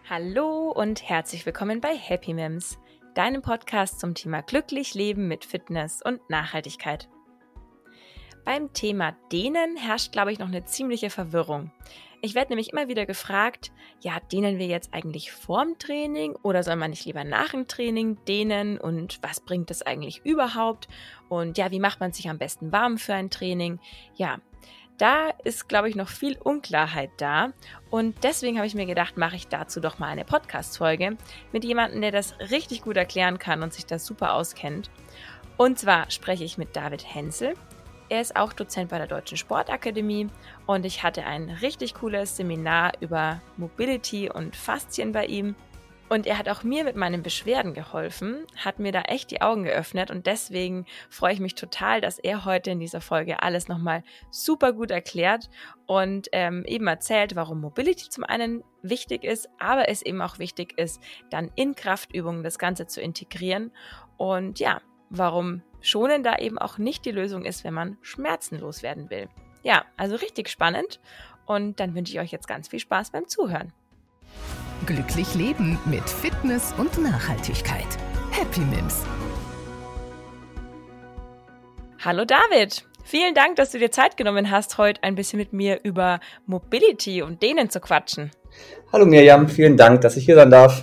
Hallo und herzlich willkommen bei Happy Mims, deinem Podcast zum Thema glücklich leben mit Fitness und Nachhaltigkeit. Beim Thema Dehnen herrscht, glaube ich, noch eine ziemliche Verwirrung. Ich werde nämlich immer wieder gefragt, ja, dehnen wir jetzt eigentlich vorm Training oder soll man nicht lieber nach dem Training dehnen und was bringt das eigentlich überhaupt? Und ja, wie macht man sich am besten warm für ein Training? Ja, da ist, glaube ich, noch viel Unklarheit da und deswegen habe ich mir gedacht, mache ich dazu doch mal eine Podcast-Folge mit jemandem, der das richtig gut erklären kann und sich das super auskennt. Und zwar spreche ich mit David Hensel. Er ist auch Dozent bei der Deutschen Sportakademie und ich hatte ein richtig cooles Seminar über Mobility und Faszien bei ihm. Und er hat auch mir mit meinen Beschwerden geholfen, hat mir da echt die Augen geöffnet und deswegen freue ich mich total, dass er heute in dieser Folge alles nochmal super gut erklärt und eben erzählt, warum Mobility zum einen wichtig ist, aber es eben auch wichtig ist, dann in Kraftübungen das Ganze zu integrieren und ja, warum Schonen da eben auch nicht die Lösung ist, wenn man schmerzenlos werden will. Ja, also richtig spannend und dann wünsche ich euch jetzt ganz viel Spaß beim Zuhören. Glücklich leben mit Fitness und Nachhaltigkeit. Happy Mims. Hallo David, vielen Dank, dass du dir Zeit genommen hast, heute ein bisschen mit mir über Mobility und Dehnen zu quatschen. Hallo Mirjam, vielen Dank, dass ich hier sein darf.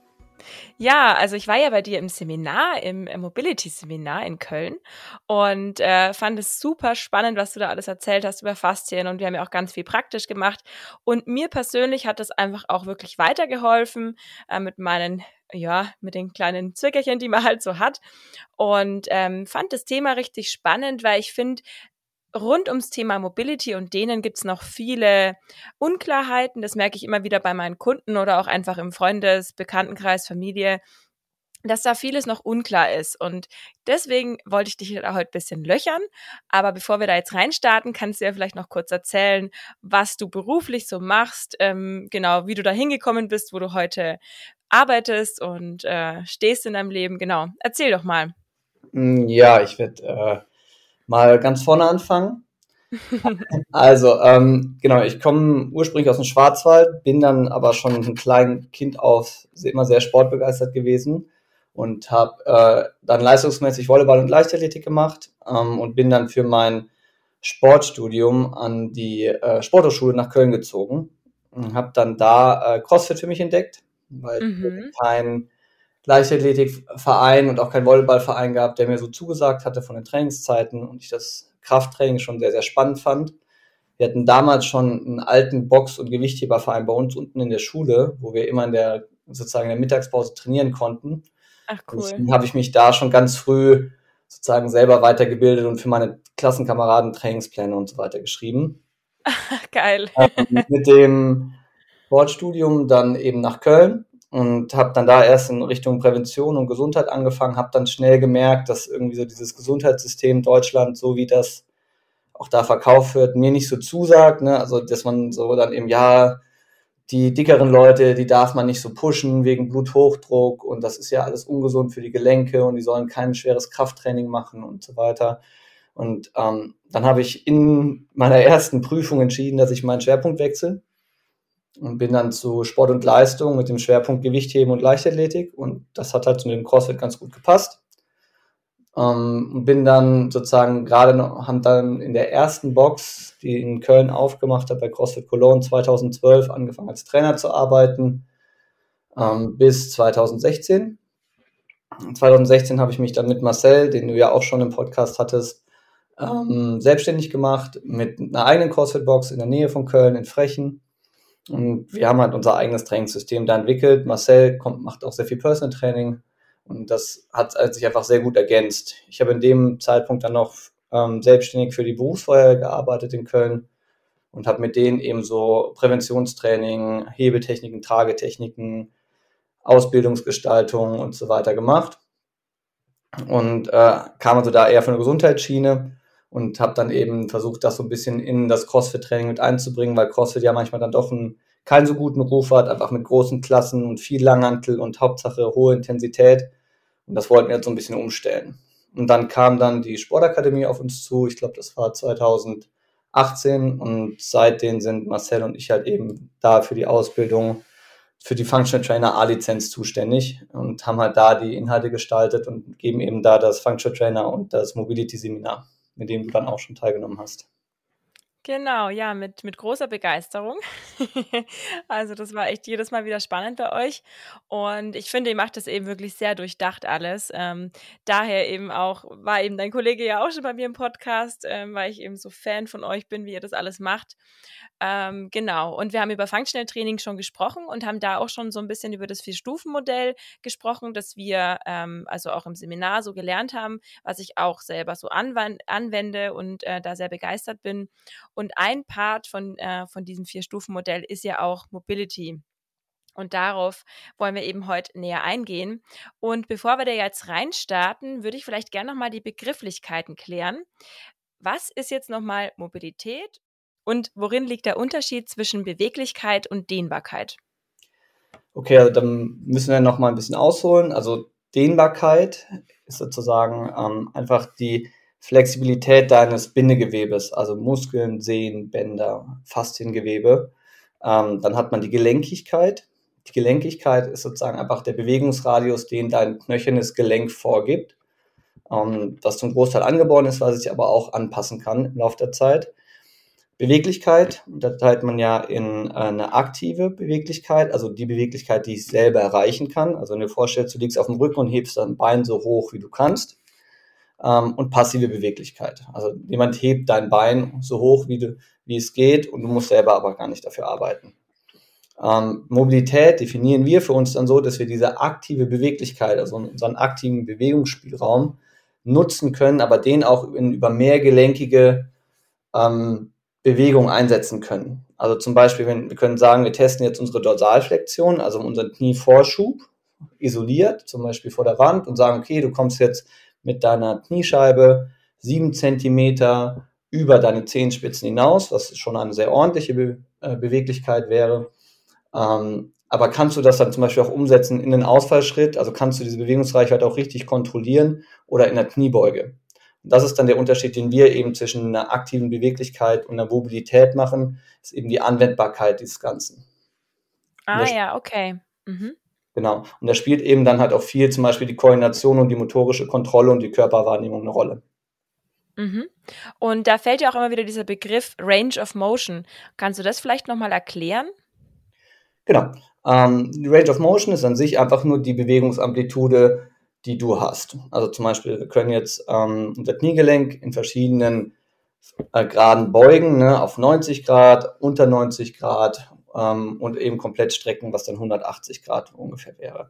Ja, also ich war ja bei dir im Seminar, im Mobility-Seminar in Köln und fand es super spannend, was du da alles erzählt hast über Faszien und wir haben ja auch ganz viel praktisch gemacht und mir persönlich hat das einfach auch wirklich weitergeholfen mit mit den kleinen Zwickerchen, die man halt so hat und fand das Thema richtig spannend, weil ich finde, rund ums Thema Mobility und Dehnen gibt's noch viele Unklarheiten. Das merke ich immer wieder bei meinen Kunden oder auch einfach im Bekanntenkreis, Familie, dass da vieles noch unklar ist. Und deswegen wollte ich dich da heute ein bisschen löchern. Aber bevor wir da jetzt reinstarten, kannst du ja vielleicht noch kurz erzählen, was du beruflich so machst, genau, wie du da hingekommen bist, wo du heute arbeitest und stehst in deinem Leben. Genau, erzähl doch mal. Ja, ich werde mal ganz vorne anfangen. Also, genau, ich komme ursprünglich aus dem Schwarzwald, bin dann aber schon ein kleines Kind auf immer sehr sportbegeistert gewesen und habe dann leistungsmäßig Volleyball und Leichtathletik gemacht und bin dann für mein Sportstudium an die Sporthochschule nach Köln gezogen und habe dann da CrossFit für mich entdeckt, weil Mhm. ich kein Leichtathletikverein und auch kein Volleyballverein gab, der mir so zugesagt hatte von den Trainingszeiten und ich das Krafttraining schon sehr, sehr spannend fand. Wir hatten damals schon einen alten Box- und Gewichtheberverein bei uns unten in der Schule, wo wir immer sozusagen in der Mittagspause trainieren konnten. Ach, Und cool. deswegen habe ich mich da schon ganz früh sozusagen selber weitergebildet und für meine Klassenkameraden Trainingspläne und so weiter geschrieben. Geil. Mit dem Sportstudium dann eben nach Köln und habe dann da erst in Richtung Prävention und Gesundheit angefangen, habe dann schnell gemerkt, dass irgendwie so dieses Gesundheitssystem Deutschland, so wie das auch da verkauft wird, mir nicht so zusagt, ne? Also dass man so dann eben, ja, die dickeren Leute, die darf man nicht so pushen wegen Bluthochdruck und das ist ja alles ungesund für die Gelenke und die sollen kein schweres Krafttraining machen und so weiter. Und dann habe ich in meiner ersten Prüfung entschieden, dass ich meinen Schwerpunkt wechsle und bin dann zu Sport und Leistung mit dem Schwerpunkt Gewichtheben und Leichtathletik und das hat halt zu dem CrossFit ganz gut gepasst. Und bin dann sozusagen haben dann in der ersten Box, die in Köln aufgemacht hat, bei CrossFit Cologne 2012 angefangen als Trainer zu arbeiten, bis 2016. 2016 habe ich mich dann mit Marcel, den du ja auch schon im Podcast hattest, selbstständig gemacht mit einer eigenen CrossFit-Box in der Nähe von Köln in Frechen. Und wir haben halt unser eigenes Trainingssystem da entwickelt. Marcel macht auch sehr viel Personal Training und das hat sich einfach sehr gut ergänzt. Ich habe in dem Zeitpunkt dann noch selbstständig für die Berufsfeuerwehr gearbeitet in Köln und habe mit denen eben so Präventionstraining, Hebetechniken, Tragetechniken, Ausbildungsgestaltung und so weiter gemacht und kam also da eher von der Gesundheitsschiene und habe dann eben versucht, das so ein bisschen in das CrossFit-Training mit einzubringen, weil CrossFit ja manchmal dann doch keinen so guten Ruf hat, einfach mit großen Klassen und viel Langhantel und Hauptsache hohe Intensität. Und das wollten wir jetzt so ein bisschen umstellen. Und dann kam dann die Sportakademie auf uns zu, ich glaube, das war 2018 und seitdem sind Marcel und ich halt eben da für die Ausbildung für die Functional Trainer A-Lizenz zuständig und haben halt da die Inhalte gestaltet und geben eben da das Functional Trainer und das Mobility Seminar, mit dem du dann auch schon teilgenommen hast. Genau, ja, mit großer Begeisterung. Also, das war echt jedes Mal wieder spannend bei euch und ich finde, ihr macht das eben wirklich sehr durchdacht alles. Daher eben auch war eben dein Kollege ja auch schon bei mir im Podcast, weil ich eben so Fan von euch bin, wie ihr das alles macht. Genau, und wir haben über Functional Training schon gesprochen und haben da auch schon so ein bisschen über das Vier-Stufen-Modell gesprochen, das wir, also auch im Seminar so gelernt haben, was ich auch selber so anwende und, da sehr begeistert bin. Und ein Part von diesem Vier-Stufen-Modell ist ja auch Mobility. Und darauf wollen wir eben heute näher eingehen. Und bevor wir da jetzt reinstarten, würde ich vielleicht gerne nochmal die Begrifflichkeiten klären. Was ist jetzt nochmal Mobilität und worin liegt der Unterschied zwischen Beweglichkeit und Dehnbarkeit? Okay, also dann müssen wir noch mal ein bisschen ausholen. Also Dehnbarkeit ist sozusagen einfach die Flexibilität deines Bindegewebes, also Muskeln, Sehnen, Bänder, Fasziengewebe. Dann hat man die Gelenkigkeit. Die Gelenkigkeit ist sozusagen einfach der Bewegungsradius, den dein knöchernes Gelenk vorgibt, was zum Großteil angeboren ist, was sich aber auch anpassen kann im Laufe der Zeit. Beweglichkeit unterteilt man ja in eine aktive Beweglichkeit, also die Beweglichkeit, die ich selber erreichen kann. Also wenn du dir vorstellst, du liegst auf dem Rücken und hebst dein Bein so hoch, wie du kannst. Und passive Beweglichkeit. Also jemand hebt dein Bein so hoch, wie es geht und du musst selber aber gar nicht dafür arbeiten. Mobilität definieren wir für uns dann so, dass wir diese aktive Beweglichkeit, also unseren aktiven Bewegungsspielraum nutzen können, aber den auch über mehrgelenkige Bewegung einsetzen können. Also zum Beispiel, wir können sagen, wir testen jetzt unsere Dorsalflexion, also unseren Knievorschub, isoliert, zum Beispiel vor der Wand und sagen, okay, du kommst jetzt mit deiner Kniescheibe 7 Zentimeter über deine Zehenspitzen hinaus, was schon eine sehr ordentliche Beweglichkeit wäre. Aber kannst du das dann zum Beispiel auch umsetzen in den Ausfallschritt? Also kannst du diese Bewegungsreichweite auch richtig kontrollieren oder in der Kniebeuge? Und das ist dann der Unterschied, den wir eben zwischen einer aktiven Beweglichkeit und einer Mobilität machen, ist eben die Anwendbarkeit dieses Ganzen. Ja, okay. Mhm. Genau. Und da spielt eben dann halt auch viel zum Beispiel die Koordination und die motorische Kontrolle und die Körperwahrnehmung eine Rolle. Mhm. Und da fällt ja auch immer wieder dieser Begriff Range of Motion. Kannst du das vielleicht nochmal erklären? Genau. Die Range of Motion ist an sich einfach nur die Bewegungsamplitude, die du hast. Also zum Beispiel, wir können jetzt unser Kniegelenk in verschiedenen Graden beugen, ne, auf 90 Grad, unter 90 Grad und eben komplett strecken, was dann 180 Grad ungefähr wäre.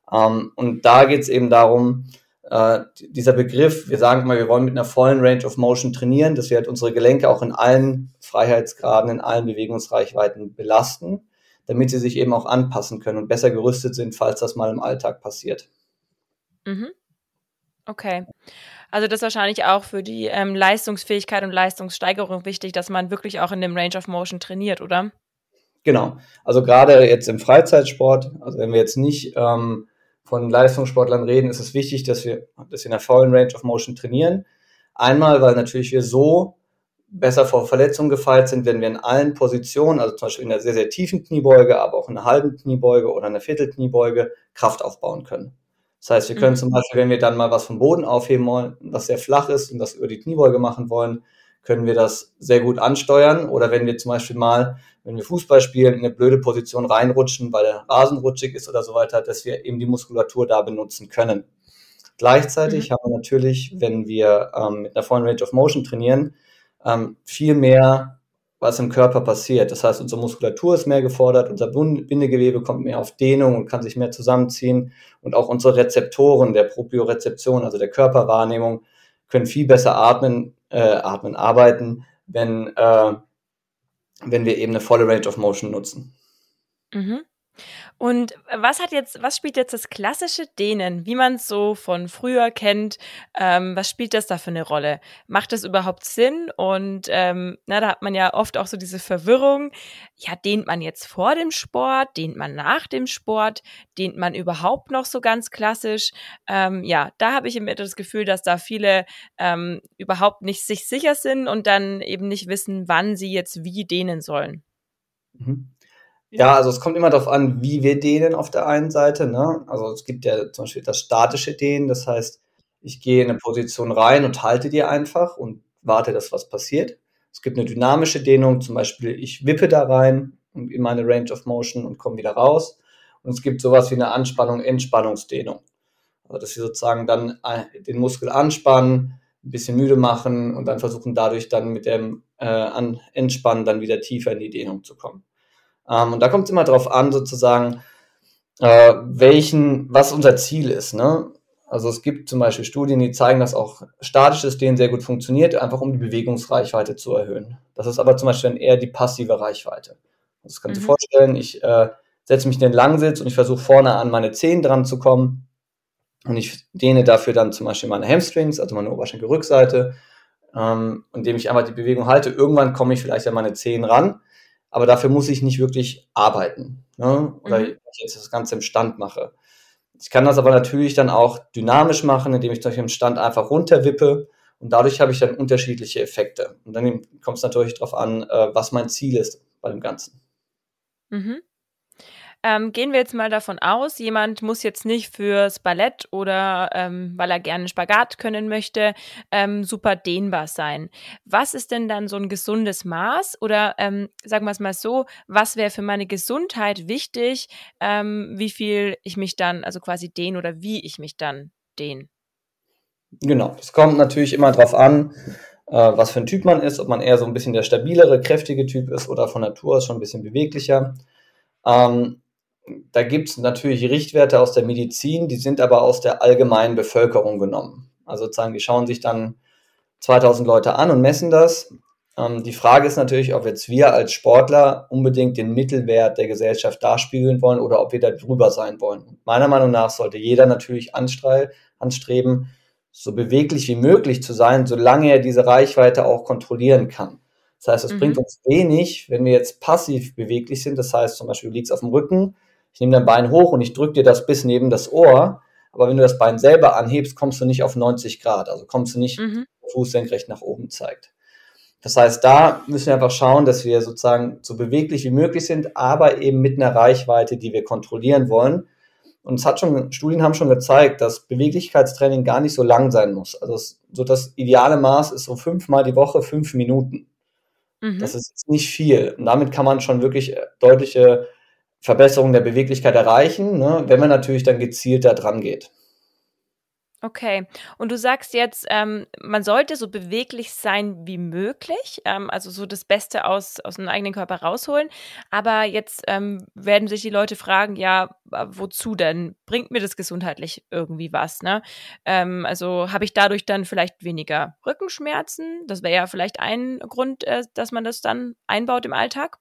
Und da geht es eben darum, dieser Begriff, wir sagen mal, wir wollen mit einer vollen Range of Motion trainieren, dass wir halt unsere Gelenke auch in allen Freiheitsgraden, in allen Bewegungsreichweiten belasten, damit sie sich eben auch anpassen können und besser gerüstet sind, falls das mal im Alltag passiert. Mhm. Okay. Also das ist wahrscheinlich auch für die Leistungsfähigkeit und Leistungssteigerung wichtig, dass man wirklich auch in dem Range of Motion trainiert, oder? Genau. Also gerade jetzt im Freizeitsport, also wenn wir jetzt nicht von Leistungssportlern reden, ist es wichtig, dass wir in der vollen Range of Motion trainieren. Einmal, weil natürlich wir so besser vor Verletzungen gefeit sind, wenn wir in allen Positionen, also zum Beispiel in einer sehr, sehr tiefen Kniebeuge, aber auch in einer halben Kniebeuge oder einer Viertelkniebeuge, Kraft aufbauen können. Das heißt, wir können zum Beispiel, wenn wir dann mal was vom Boden aufheben wollen, was sehr flach ist und das über die Kniebeuge machen wollen, können wir das sehr gut ansteuern. Oder wenn wir zum Beispiel mal, wenn wir Fußball spielen, in eine blöde Position reinrutschen, weil der Rasen rutschig ist oder so weiter, dass wir eben die Muskulatur da benutzen können. Gleichzeitig haben wir natürlich, wenn wir mit einer vollen Range of Motion trainieren, viel mehr, was im Körper passiert. Das heißt, unsere Muskulatur ist mehr gefordert, unser Bindegewebe kommt mehr auf Dehnung und kann sich mehr zusammenziehen und auch unsere Rezeptoren der Propriorezeption, also der Körperwahrnehmung, können viel besser arbeiten, wenn wir eben eine volle Range of Motion nutzen. Mhm. Und was spielt jetzt das klassische Dehnen, wie man es so von früher kennt? Was spielt das da für eine Rolle? Macht das überhaupt Sinn? Und da hat man ja oft auch so diese Verwirrung. Ja, dehnt man jetzt vor dem Sport? Dehnt man nach dem Sport? Dehnt man überhaupt noch so ganz klassisch? Ja, da habe ich immer das Gefühl, dass da viele überhaupt nicht sich sicher sind und dann eben nicht wissen, wann sie jetzt wie dehnen sollen. Mhm. Ja, also es kommt immer darauf an, wie wir dehnen auf der einen Seite, ne? Also es gibt ja zum Beispiel das statische Dehnen, das heißt, ich gehe in eine Position rein und halte die einfach und warte, dass was passiert. Es gibt eine dynamische Dehnung, zum Beispiel ich wippe da rein in meine Range of Motion und komme wieder raus. Und es gibt sowas wie eine Anspannung-Entspannungsdehnung. Also dass wir sozusagen dann den Muskel anspannen, ein bisschen müde machen und dann versuchen dadurch dann mit dem Entspannen dann wieder tiefer in die Dehnung zu kommen. Und da kommt es immer darauf an, sozusagen, was unser Ziel ist. Ne? Also es gibt zum Beispiel Studien, die zeigen, dass auch statisches Dehnen sehr gut funktioniert, einfach um die Bewegungsreichweite zu erhöhen. Das ist aber zum Beispiel dann eher die passive Reichweite. Das kannst du dir vorstellen, ich setze mich in den Langsitz und ich versuche vorne an meine Zehen dran zu kommen und ich dehne dafür dann zum Beispiel meine Hamstrings, also meine Oberschenkelrückseite, indem ich einfach die Bewegung halte. Irgendwann komme ich vielleicht an meine Zehen ran, aber dafür muss ich nicht wirklich arbeiten, ne? Oder ich jetzt das Ganze im Stand mache. Ich kann das aber natürlich dann auch dynamisch machen, indem ich zum Beispiel im Stand einfach runterwippe und dadurch habe ich dann unterschiedliche Effekte. Und dann kommt es natürlich darauf an, was mein Ziel ist bei dem Ganzen. Mhm. Gehen wir jetzt mal davon aus, jemand muss jetzt nicht fürs Ballett oder weil er gerne Spagat können möchte, super dehnbar sein. Was ist denn dann so ein gesundes Maß? Oder sagen wir es mal so, was wäre für meine Gesundheit wichtig, wie viel ich mich dann, also quasi dehne oder wie ich mich dann dehne? Genau, es kommt natürlich immer darauf an, was für ein Typ man ist, ob man eher so ein bisschen der stabilere, kräftige Typ ist oder von Natur aus schon ein bisschen beweglicher. Da gibt es natürlich Richtwerte aus der Medizin, die sind aber aus der allgemeinen Bevölkerung genommen. Also sozusagen, die schauen sich dann 2000 Leute an und messen das. Die Frage ist natürlich, ob jetzt wir als Sportler unbedingt den Mittelwert der Gesellschaft darspiegeln wollen oder ob wir da drüber sein wollen. Meiner Meinung nach sollte jeder natürlich anstreben, so beweglich wie möglich zu sein, solange er diese Reichweite auch kontrollieren kann. Das heißt, es bringt uns wenig, wenn wir jetzt passiv beweglich sind. Das heißt zum Beispiel, du liegst auf dem Rücken, ich nehme dein Bein hoch und ich drücke dir das bis neben das Ohr. Aber wenn du das Bein selber anhebst, kommst du nicht auf 90 Grad. Also kommst du nicht, Fuß senkrecht nach oben zeigt. Das heißt, da müssen wir einfach schauen, dass wir sozusagen so beweglich wie möglich sind, aber eben mit einer Reichweite, die wir kontrollieren wollen. Und Studien haben schon gezeigt, dass Beweglichkeitstraining gar nicht so lang sein muss. Also so das ideale Maß ist so 5-mal die Woche 5 Minuten. Das ist jetzt nicht viel. Und damit kann man schon wirklich deutliche Verbesserungen der Beweglichkeit erreichen, ne, wenn man natürlich dann gezielt da dran geht. Okay. Und du sagst jetzt, man sollte so beweglich sein wie möglich, also so das Beste aus dem eigenen Körper rausholen. Aber jetzt werden sich die Leute fragen, ja, wozu denn? Bringt mir das gesundheitlich irgendwie was, ne? Also habe ich dadurch dann vielleicht weniger Rückenschmerzen? Das wäre ja vielleicht ein Grund, dass man das dann einbaut im Alltag.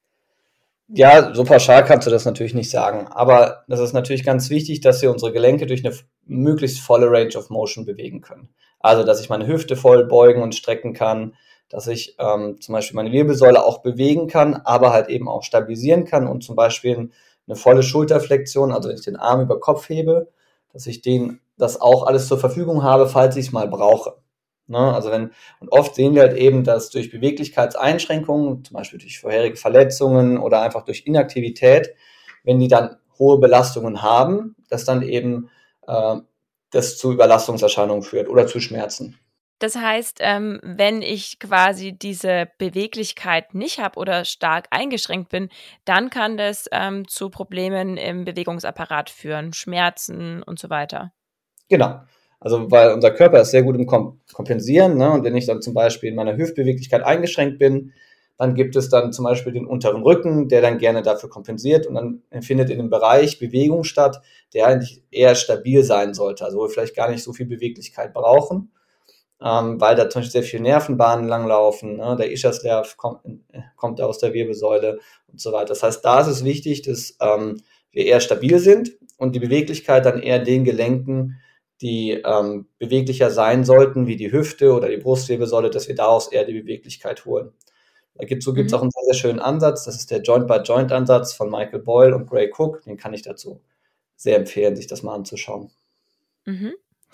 Ja, so pauschal kannst du das natürlich nicht sagen. Aber das ist natürlich ganz wichtig, dass wir unsere Gelenke durch eine möglichst volle Range of Motion bewegen können. Also, dass ich meine Hüfte voll beugen und strecken kann, dass ich zum Beispiel meine Wirbelsäule auch bewegen kann, aber halt eben auch stabilisieren kann und zum Beispiel eine volle Schulterflexion, also wenn ich den Arm über Kopf hebe, dass ich das auch alles zur Verfügung habe, falls ich es mal brauche. Ne? Und oft sehen wir halt eben, dass durch Beweglichkeitseinschränkungen, zum Beispiel durch vorherige Verletzungen oder einfach durch Inaktivität, wenn die dann hohe Belastungen haben, dass dann eben das zu Überlastungserscheinungen führt oder zu Schmerzen. Das heißt, wenn ich quasi diese Beweglichkeit nicht habe oder stark eingeschränkt bin, dann kann das zu Problemen im Bewegungsapparat führen, Schmerzen und so weiter. Genau. Also weil unser Körper ist sehr gut im Kompensieren, ne? Und wenn ich dann zum Beispiel in meiner Hüftbeweglichkeit eingeschränkt bin, dann gibt es dann zum Beispiel den unteren Rücken, der dann gerne dafür kompensiert und dann findet in dem Bereich Bewegung statt, der eigentlich eher stabil sein sollte, also wo wir vielleicht gar nicht so viel Beweglichkeit brauchen, weil da zum Beispiel sehr viele Nervenbahnen langlaufen, ne? Der Ischiasnerv kommt aus der Wirbelsäule und so weiter. Das heißt, da ist es wichtig, dass wir eher stabil sind und die Beweglichkeit dann eher den Gelenken, die beweglicher sein sollten, wie die Hüfte oder die Brustwirbelsäule, dass wir daraus eher die Beweglichkeit holen. So gibt es auch einen sehr, sehr schönen Ansatz, das ist der Joint-by-Joint-Ansatz von Michael Boyle und Gray Cook, den kann ich dazu sehr empfehlen, sich das mal anzuschauen. Mhm.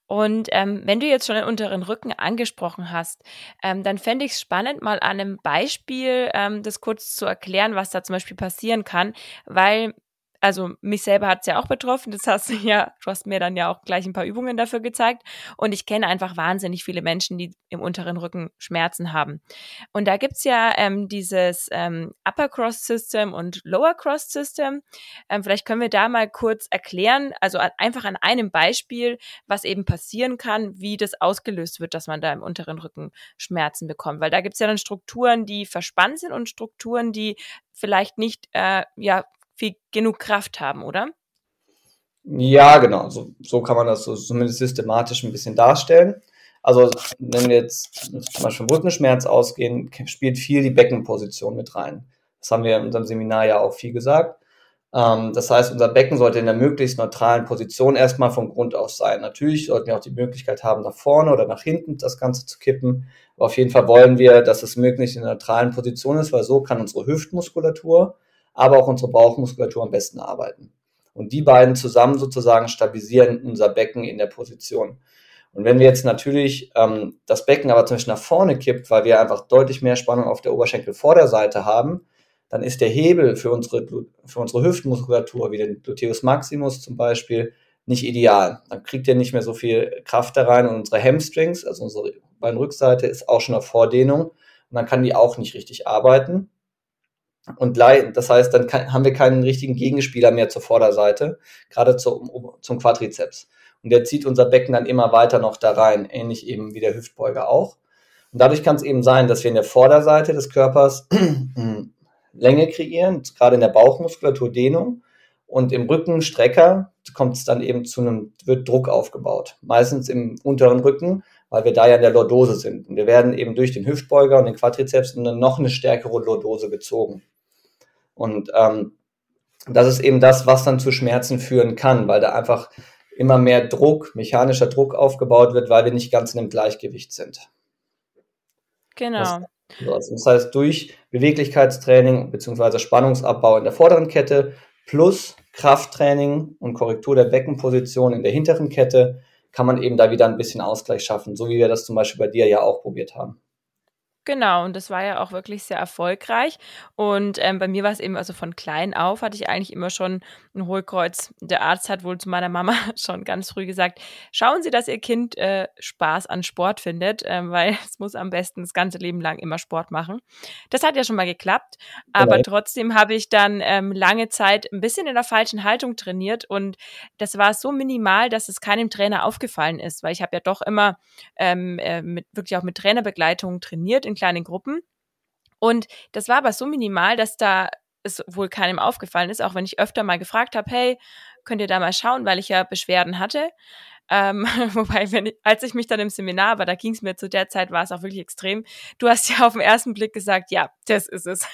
Und wenn du jetzt schon den unteren Rücken angesprochen hast, dann fände ich es spannend, mal an einem Beispiel das kurz zu erklären, was da zum Beispiel passieren kann, weil, also mich selber hat es ja auch betroffen, du hast mir dann ja auch gleich ein paar Übungen dafür gezeigt und ich kenne einfach wahnsinnig viele Menschen, die im unteren Rücken Schmerzen haben. Und da gibt's ja dieses Upper Cross System und Lower Cross System. Vielleicht können wir da mal kurz erklären, also einfach an einem Beispiel, was eben passieren kann, wie das ausgelöst wird, dass man da im unteren Rücken Schmerzen bekommt. Weil da gibt's ja dann Strukturen, die verspannt sind und Strukturen, die vielleicht nicht viel genug Kraft haben, oder? Ja, genau. So kann man das so zumindest systematisch ein bisschen darstellen. Also wenn wir jetzt zum Beispiel vom Rückenschmerz ausgehen, spielt viel die Beckenposition mit rein. Das haben wir in unserem Seminar ja auch viel gesagt. Das heißt, unser Becken sollte in der möglichst neutralen Position erstmal vom Grund aus sein. Natürlich sollten wir auch die Möglichkeit haben, nach vorne oder nach hinten das Ganze zu kippen. Aber auf jeden Fall wollen wir, dass es möglichst in der neutralen Position ist, weil so kann unsere Hüftmuskulatur, aber auch unsere Bauchmuskulatur am besten arbeiten. Und die beiden zusammen sozusagen stabilisieren unser Becken in der Position. Und wenn wir jetzt natürlich das Becken aber zum Beispiel nach vorne kippt, weil wir einfach deutlich mehr Spannung auf der Oberschenkelvorderseite haben, dann ist der Hebel für unsere Hüftmuskulatur, wie den Gluteus Maximus zum Beispiel, nicht ideal. Dann kriegt ihr nicht mehr so viel Kraft da rein und unsere Hamstrings, also unsere Beinrückseite, ist auch schon auf Vordehnung und dann kann die auch nicht richtig arbeiten. Und das heißt, dann haben wir keinen richtigen Gegenspieler mehr zur Vorderseite, gerade zum Quadrizeps. Und der zieht unser Becken dann immer weiter noch da rein, ähnlich eben wie der Hüftbeuger auch. Und dadurch kann es eben sein, dass wir in der Vorderseite des Körpers Länge kreieren, gerade in der Bauchmuskulatur Dehnung. Und im Rückenstrecker kommt es dann eben wird Druck aufgebaut. Meistens im unteren Rücken, weil wir da ja in der Lordose sind. Und wir werden eben durch den Hüftbeuger und den Quadrizeps in noch eine stärkere Lordose gezogen. Und das ist eben das, was dann zu Schmerzen führen kann, weil da einfach immer mehr Druck, mechanischer Druck aufgebaut wird, weil wir nicht ganz in dem Gleichgewicht sind. Genau. Das heißt, durch Beweglichkeitstraining bzw. Spannungsabbau in der vorderen Kette plus Krafttraining und Korrektur der Beckenposition in der hinteren Kette kann man eben da wieder ein bisschen Ausgleich schaffen, so wie wir das zum Beispiel bei dir ja auch probiert haben. Genau, und das war ja auch wirklich sehr erfolgreich. Und bei mir war es eben, also von klein auf hatte ich eigentlich immer schon ein Hohlkreuz. Der Arzt hat wohl zu meiner Mama schon ganz früh gesagt, schauen Sie, dass Ihr Kind Spaß an Sport findet, weil es muss am besten das ganze Leben lang immer Sport machen. Das hat ja schon mal geklappt, aber trotzdem habe ich dann lange Zeit ein bisschen in der falschen Haltung trainiert und das war so minimal, dass es keinem Trainer aufgefallen ist, weil ich habe ja doch immer wirklich auch mit Trainerbegleitung trainiert in kleinen Gruppen. Und das war aber so minimal, dass da es wohl keinem aufgefallen ist, auch wenn ich öfter mal gefragt habe, hey, könnt ihr da mal schauen, weil ich ja Beschwerden hatte. Wobei, als ich mich dann im Seminar war, da ging es mir zu der Zeit, war es auch wirklich extrem. Du hast ja auf den ersten Blick gesagt, ja, das ist es.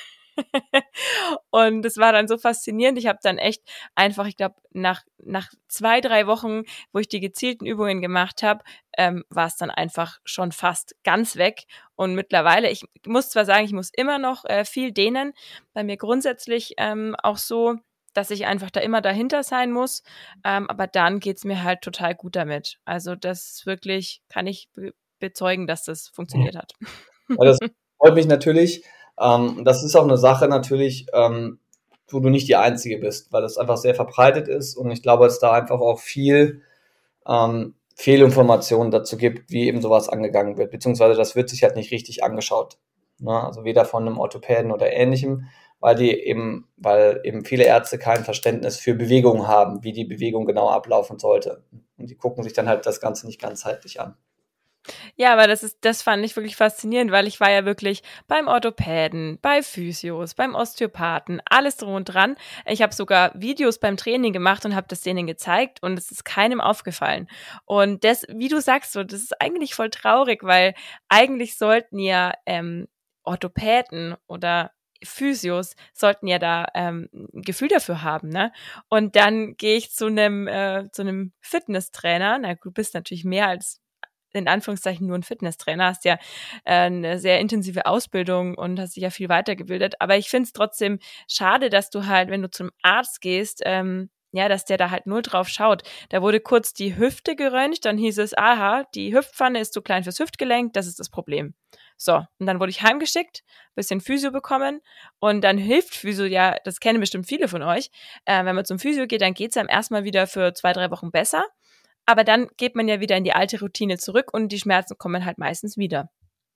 Und es war dann so faszinierend. Ich habe dann echt einfach, ich glaube, nach 2-3 Wochen, wo ich die gezielten Übungen gemacht habe, war es dann einfach schon fast ganz weg. Und mittlerweile, ich muss zwar sagen, ich muss immer noch viel dehnen. Bei mir grundsätzlich auch so, dass ich einfach da immer dahinter sein muss. Aber dann geht's mir halt total gut damit. Also das wirklich, kann ich bezeugen, dass das funktioniert hat. Ja, das freut mich natürlich. Das ist auch eine Sache natürlich, wo du nicht die Einzige bist, weil das einfach sehr verbreitet ist und ich glaube, dass da einfach auch viel Fehlinformationen dazu gibt, wie eben sowas angegangen wird, beziehungsweise das wird sich halt nicht richtig angeschaut. Ne? Also weder von einem Orthopäden oder Ähnlichem, weil eben viele Ärzte kein Verständnis für Bewegungen haben, wie die Bewegung genau ablaufen sollte. Und die gucken sich dann halt das Ganze nicht ganzheitlich an. Ja, aber das fand ich wirklich faszinierend, weil ich war ja wirklich beim Orthopäden, bei Physios, beim Osteopathen, alles drum und dran. Ich habe sogar Videos beim Training gemacht und habe das denen gezeigt und es ist keinem aufgefallen. Und das, wie du sagst, so, das ist eigentlich voll traurig, weil eigentlich sollten ja Orthopäden oder Physios sollten ja da ein Gefühl dafür haben, ne? Und dann gehe ich zu einem Fitnesstrainer. Na, du bist natürlich mehr als in Anführungszeichen nur ein Fitnesstrainer, hast ja eine sehr intensive Ausbildung und hast dich ja viel weitergebildet. Aber ich finde es trotzdem schade, dass du halt, wenn du zum Arzt gehst, dass der da halt nur drauf schaut. Da wurde kurz die Hüfte geröntgt, dann hieß es, aha, die Hüftpfanne ist zu klein fürs Hüftgelenk, das ist das Problem. So, und dann wurde ich heimgeschickt, bisschen Physio bekommen und dann hilft Physio, ja, das kennen bestimmt viele von euch, wenn man zum Physio geht, dann geht's einem erstmal wieder für 2-3 Wochen besser, aber dann geht man ja wieder in die alte Routine zurück und die Schmerzen kommen halt meistens wieder.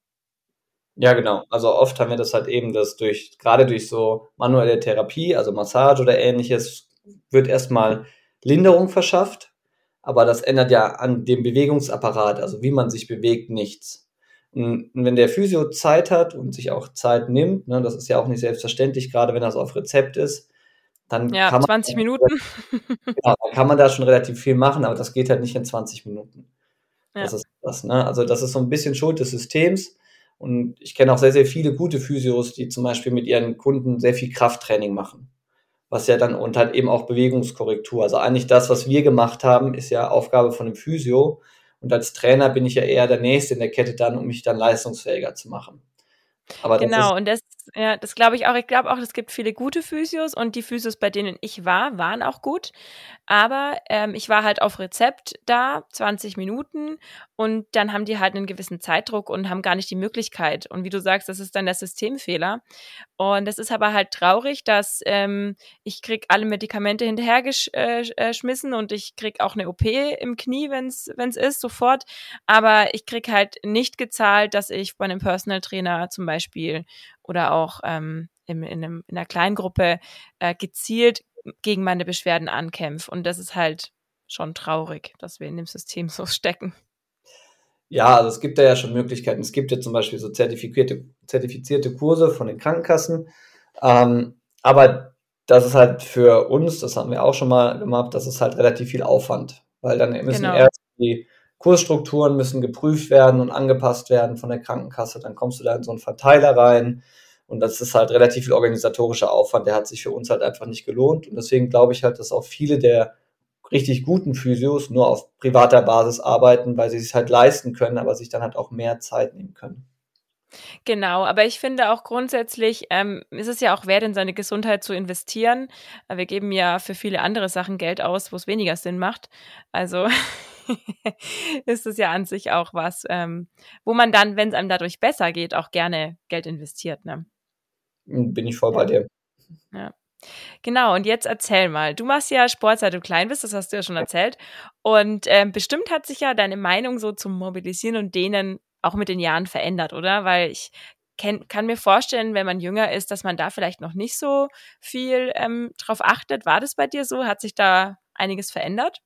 Ja, genau. Also oft haben wir das halt eben, dass gerade durch so manuelle Therapie, also Massage oder ähnliches, wird erstmal Linderung verschafft, aber das ändert ja an dem Bewegungsapparat, also wie man sich bewegt, nichts. Und wenn der Physio Zeit hat und sich auch Zeit nimmt, ne, das ist ja auch nicht selbstverständlich, gerade wenn das auf Rezept ist, dann Ja, kann 20 Minuten. dann kann man da schon relativ viel machen, aber das geht halt nicht in 20 Minuten. Das Ja. ist das, ne? Also das ist so ein bisschen Schuld des Systems. Und ich kenne auch sehr, sehr viele gute Physios, die zum Beispiel mit ihren Kunden sehr viel Krafttraining machen. Was ja dann, und halt eben auch Bewegungskorrektur. Also eigentlich das, was wir gemacht haben, ist ja Aufgabe von einem Physio. Und als Trainer bin ich ja eher der Nächste in der Kette dann, um mich dann leistungsfähiger zu machen. Aber das ist, Genau, und das glaube ich auch. Ich glaube auch, es gibt viele gute Physios und die Physios, bei denen ich war, waren auch gut. Aber ich war halt auf Rezept da, 20 Minuten und dann haben die halt einen gewissen Zeitdruck und haben gar nicht die Möglichkeit. Und wie du sagst, das ist dann der Systemfehler. Und es ist aber halt traurig, dass ich krieg alle Medikamente hinterhergeschmissen und ich krieg auch eine OP im Knie, wenn's ist, sofort. Aber ich krieg halt nicht gezahlt, dass ich bei einem Personal Trainer zum Beispiel oder auch in einer Kleingruppe gezielt gegen meine Beschwerden ankämpfe. Und das ist halt schon traurig, dass wir in dem System so stecken. ja, also es gibt da ja schon Möglichkeiten. Es gibt ja zum Beispiel so zertifizierte Kurse von den Krankenkassen. Aber das ist halt für uns, das haben wir auch schon mal gemacht, das ist halt relativ viel Aufwand, weil dann müssen Genau. erst die Kursstrukturen müssen geprüft werden und angepasst werden von der Krankenkasse. Dann kommst du da in so einen Verteiler rein und das ist halt relativ viel organisatorischer Aufwand. Der hat sich für uns halt einfach nicht gelohnt und deswegen glaube ich halt, dass auch viele der richtig guten Physios nur auf privater Basis arbeiten, weil sie es halt leisten können, aber sich dann halt auch mehr Zeit nehmen können. Genau, aber ich finde auch grundsätzlich ist es ja auch wert, in seine Gesundheit zu investieren. Wir geben ja für viele andere Sachen Geld aus, wo es weniger Sinn macht. Also ist es ja an sich auch was, wo man dann, wenn es einem dadurch besser geht, auch gerne Geld investiert. Ne? Bin ich voll bei Ja, dir. ja. Genau, und jetzt erzähl mal. Du machst ja Sport, seit du klein bist, das hast du ja schon erzählt. Und bestimmt hat sich ja deine Meinung so zum Mobilisieren und Dehnen auch mit den Jahren verändert, oder? Weil ich kann mir vorstellen, wenn man jünger ist, dass man da vielleicht noch nicht so viel drauf achtet. War das bei dir so? Hat sich da einiges verändert?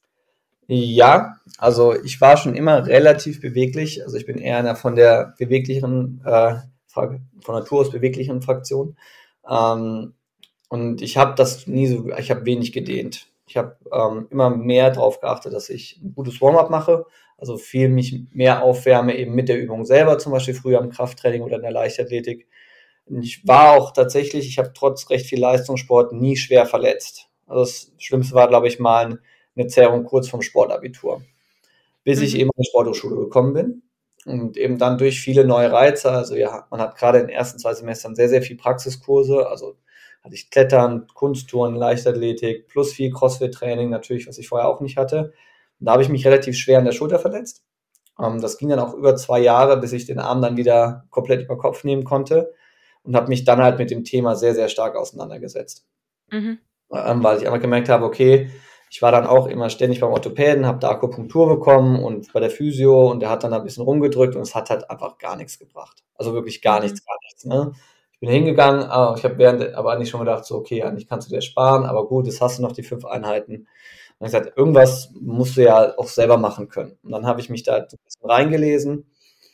Ja, also ich war schon immer relativ beweglich. Also ich bin eher einer von der beweglicheren, von Natur aus beweglichen Fraktion. Ähm, und ich habe das nie so, ich habe wenig gedehnt. Ich habe immer mehr darauf geachtet, dass ich ein gutes Warm-up mache, also viel mich mehr aufwärme, eben mit der Übung selber, zum Beispiel früher im Krafttraining oder in der Leichtathletik. Und ich war auch tatsächlich, ich habe trotz recht viel Leistungssport nie schwer verletzt. Also das Schlimmste war, glaube ich, mal eine Zerrung kurz vorm Sportabitur, bis ich Mhm. eben an die Sporthochschule gekommen bin und eben dann durch viele neue Reize, also ja, man hat gerade in den ersten 2 Semestern sehr, sehr viel Praxiskurse, also hatte ich Klettern, Kunsttouren, Leichtathletik, plus viel Crossfit-Training natürlich, was ich vorher auch nicht hatte. Und da habe ich mich relativ schwer an der Schulter verletzt. Das ging dann auch über 2 Jahre, bis ich den Arm dann wieder komplett über Kopf nehmen konnte und habe mich dann halt mit dem Thema sehr, sehr stark auseinandergesetzt. Mhm. Weil ich einfach gemerkt habe, okay, ich war dann auch immer ständig beim Orthopäden, habe da Akupunktur bekommen und bei der Physio und der hat dann ein bisschen rumgedrückt und es hat halt einfach gar nichts gebracht. Also wirklich gar Mhm. nichts, gar nichts. Ne? Ich bin hingegangen, ich habe während aber eigentlich schon gedacht, so, okay, eigentlich kannst du dir sparen, aber gut, jetzt hast du noch die 5 Einheiten. Und ich gesagt, irgendwas musst du ja auch selber machen können. Und dann habe ich mich da ein bisschen reingelesen.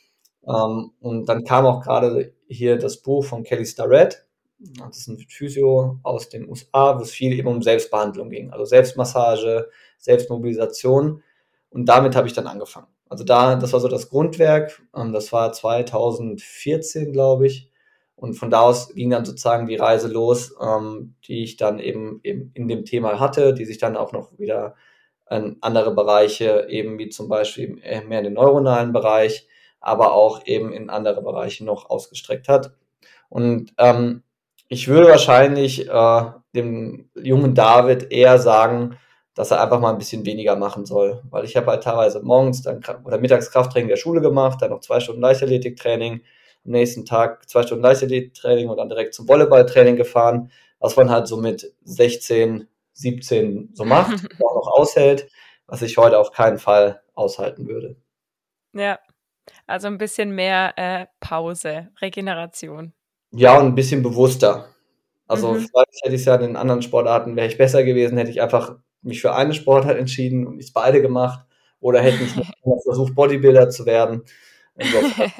Und dann kam auch gerade hier das Buch von Kelly Starrett. Das ist ein Physio aus den USA, wo es viel eben um Selbstbehandlung ging. Also Selbstmassage, Selbstmobilisation. Und damit habe ich dann angefangen. Also das war so das Grundwerk. Das war 2014, glaube ich. Und von da aus ging dann sozusagen die Reise los, die ich dann eben in dem Thema hatte, die sich dann auch noch wieder an andere Bereiche, eben wie zum Beispiel mehr in den neuronalen Bereich, aber auch eben in andere Bereiche noch ausgestreckt hat. Und ich würde wahrscheinlich dem jungen David eher sagen, dass er einfach mal ein bisschen weniger machen soll. Weil ich habe halt teilweise morgens dann oder mittags Krafttraining der Schule gemacht, dann noch 2 Stunden Leichtathletiktraining, am nächsten Tag 2 Stunden Leichtathletiktraining und dann direkt zum Volleyballtraining gefahren, was man halt so mit 16, 17 so macht, auch noch aushält, was ich heute auf keinen Fall aushalten würde. Ja, also ein bisschen mehr Pause, Regeneration. Ja, und ein bisschen bewusster. Also vielleicht hätte ich es ja in den anderen Sportarten, wäre ich besser gewesen, hätte ich einfach mich für eine Sportart entschieden und nicht beide gemacht oder hätte ich noch versucht, Bodybuilder zu werden. Insofern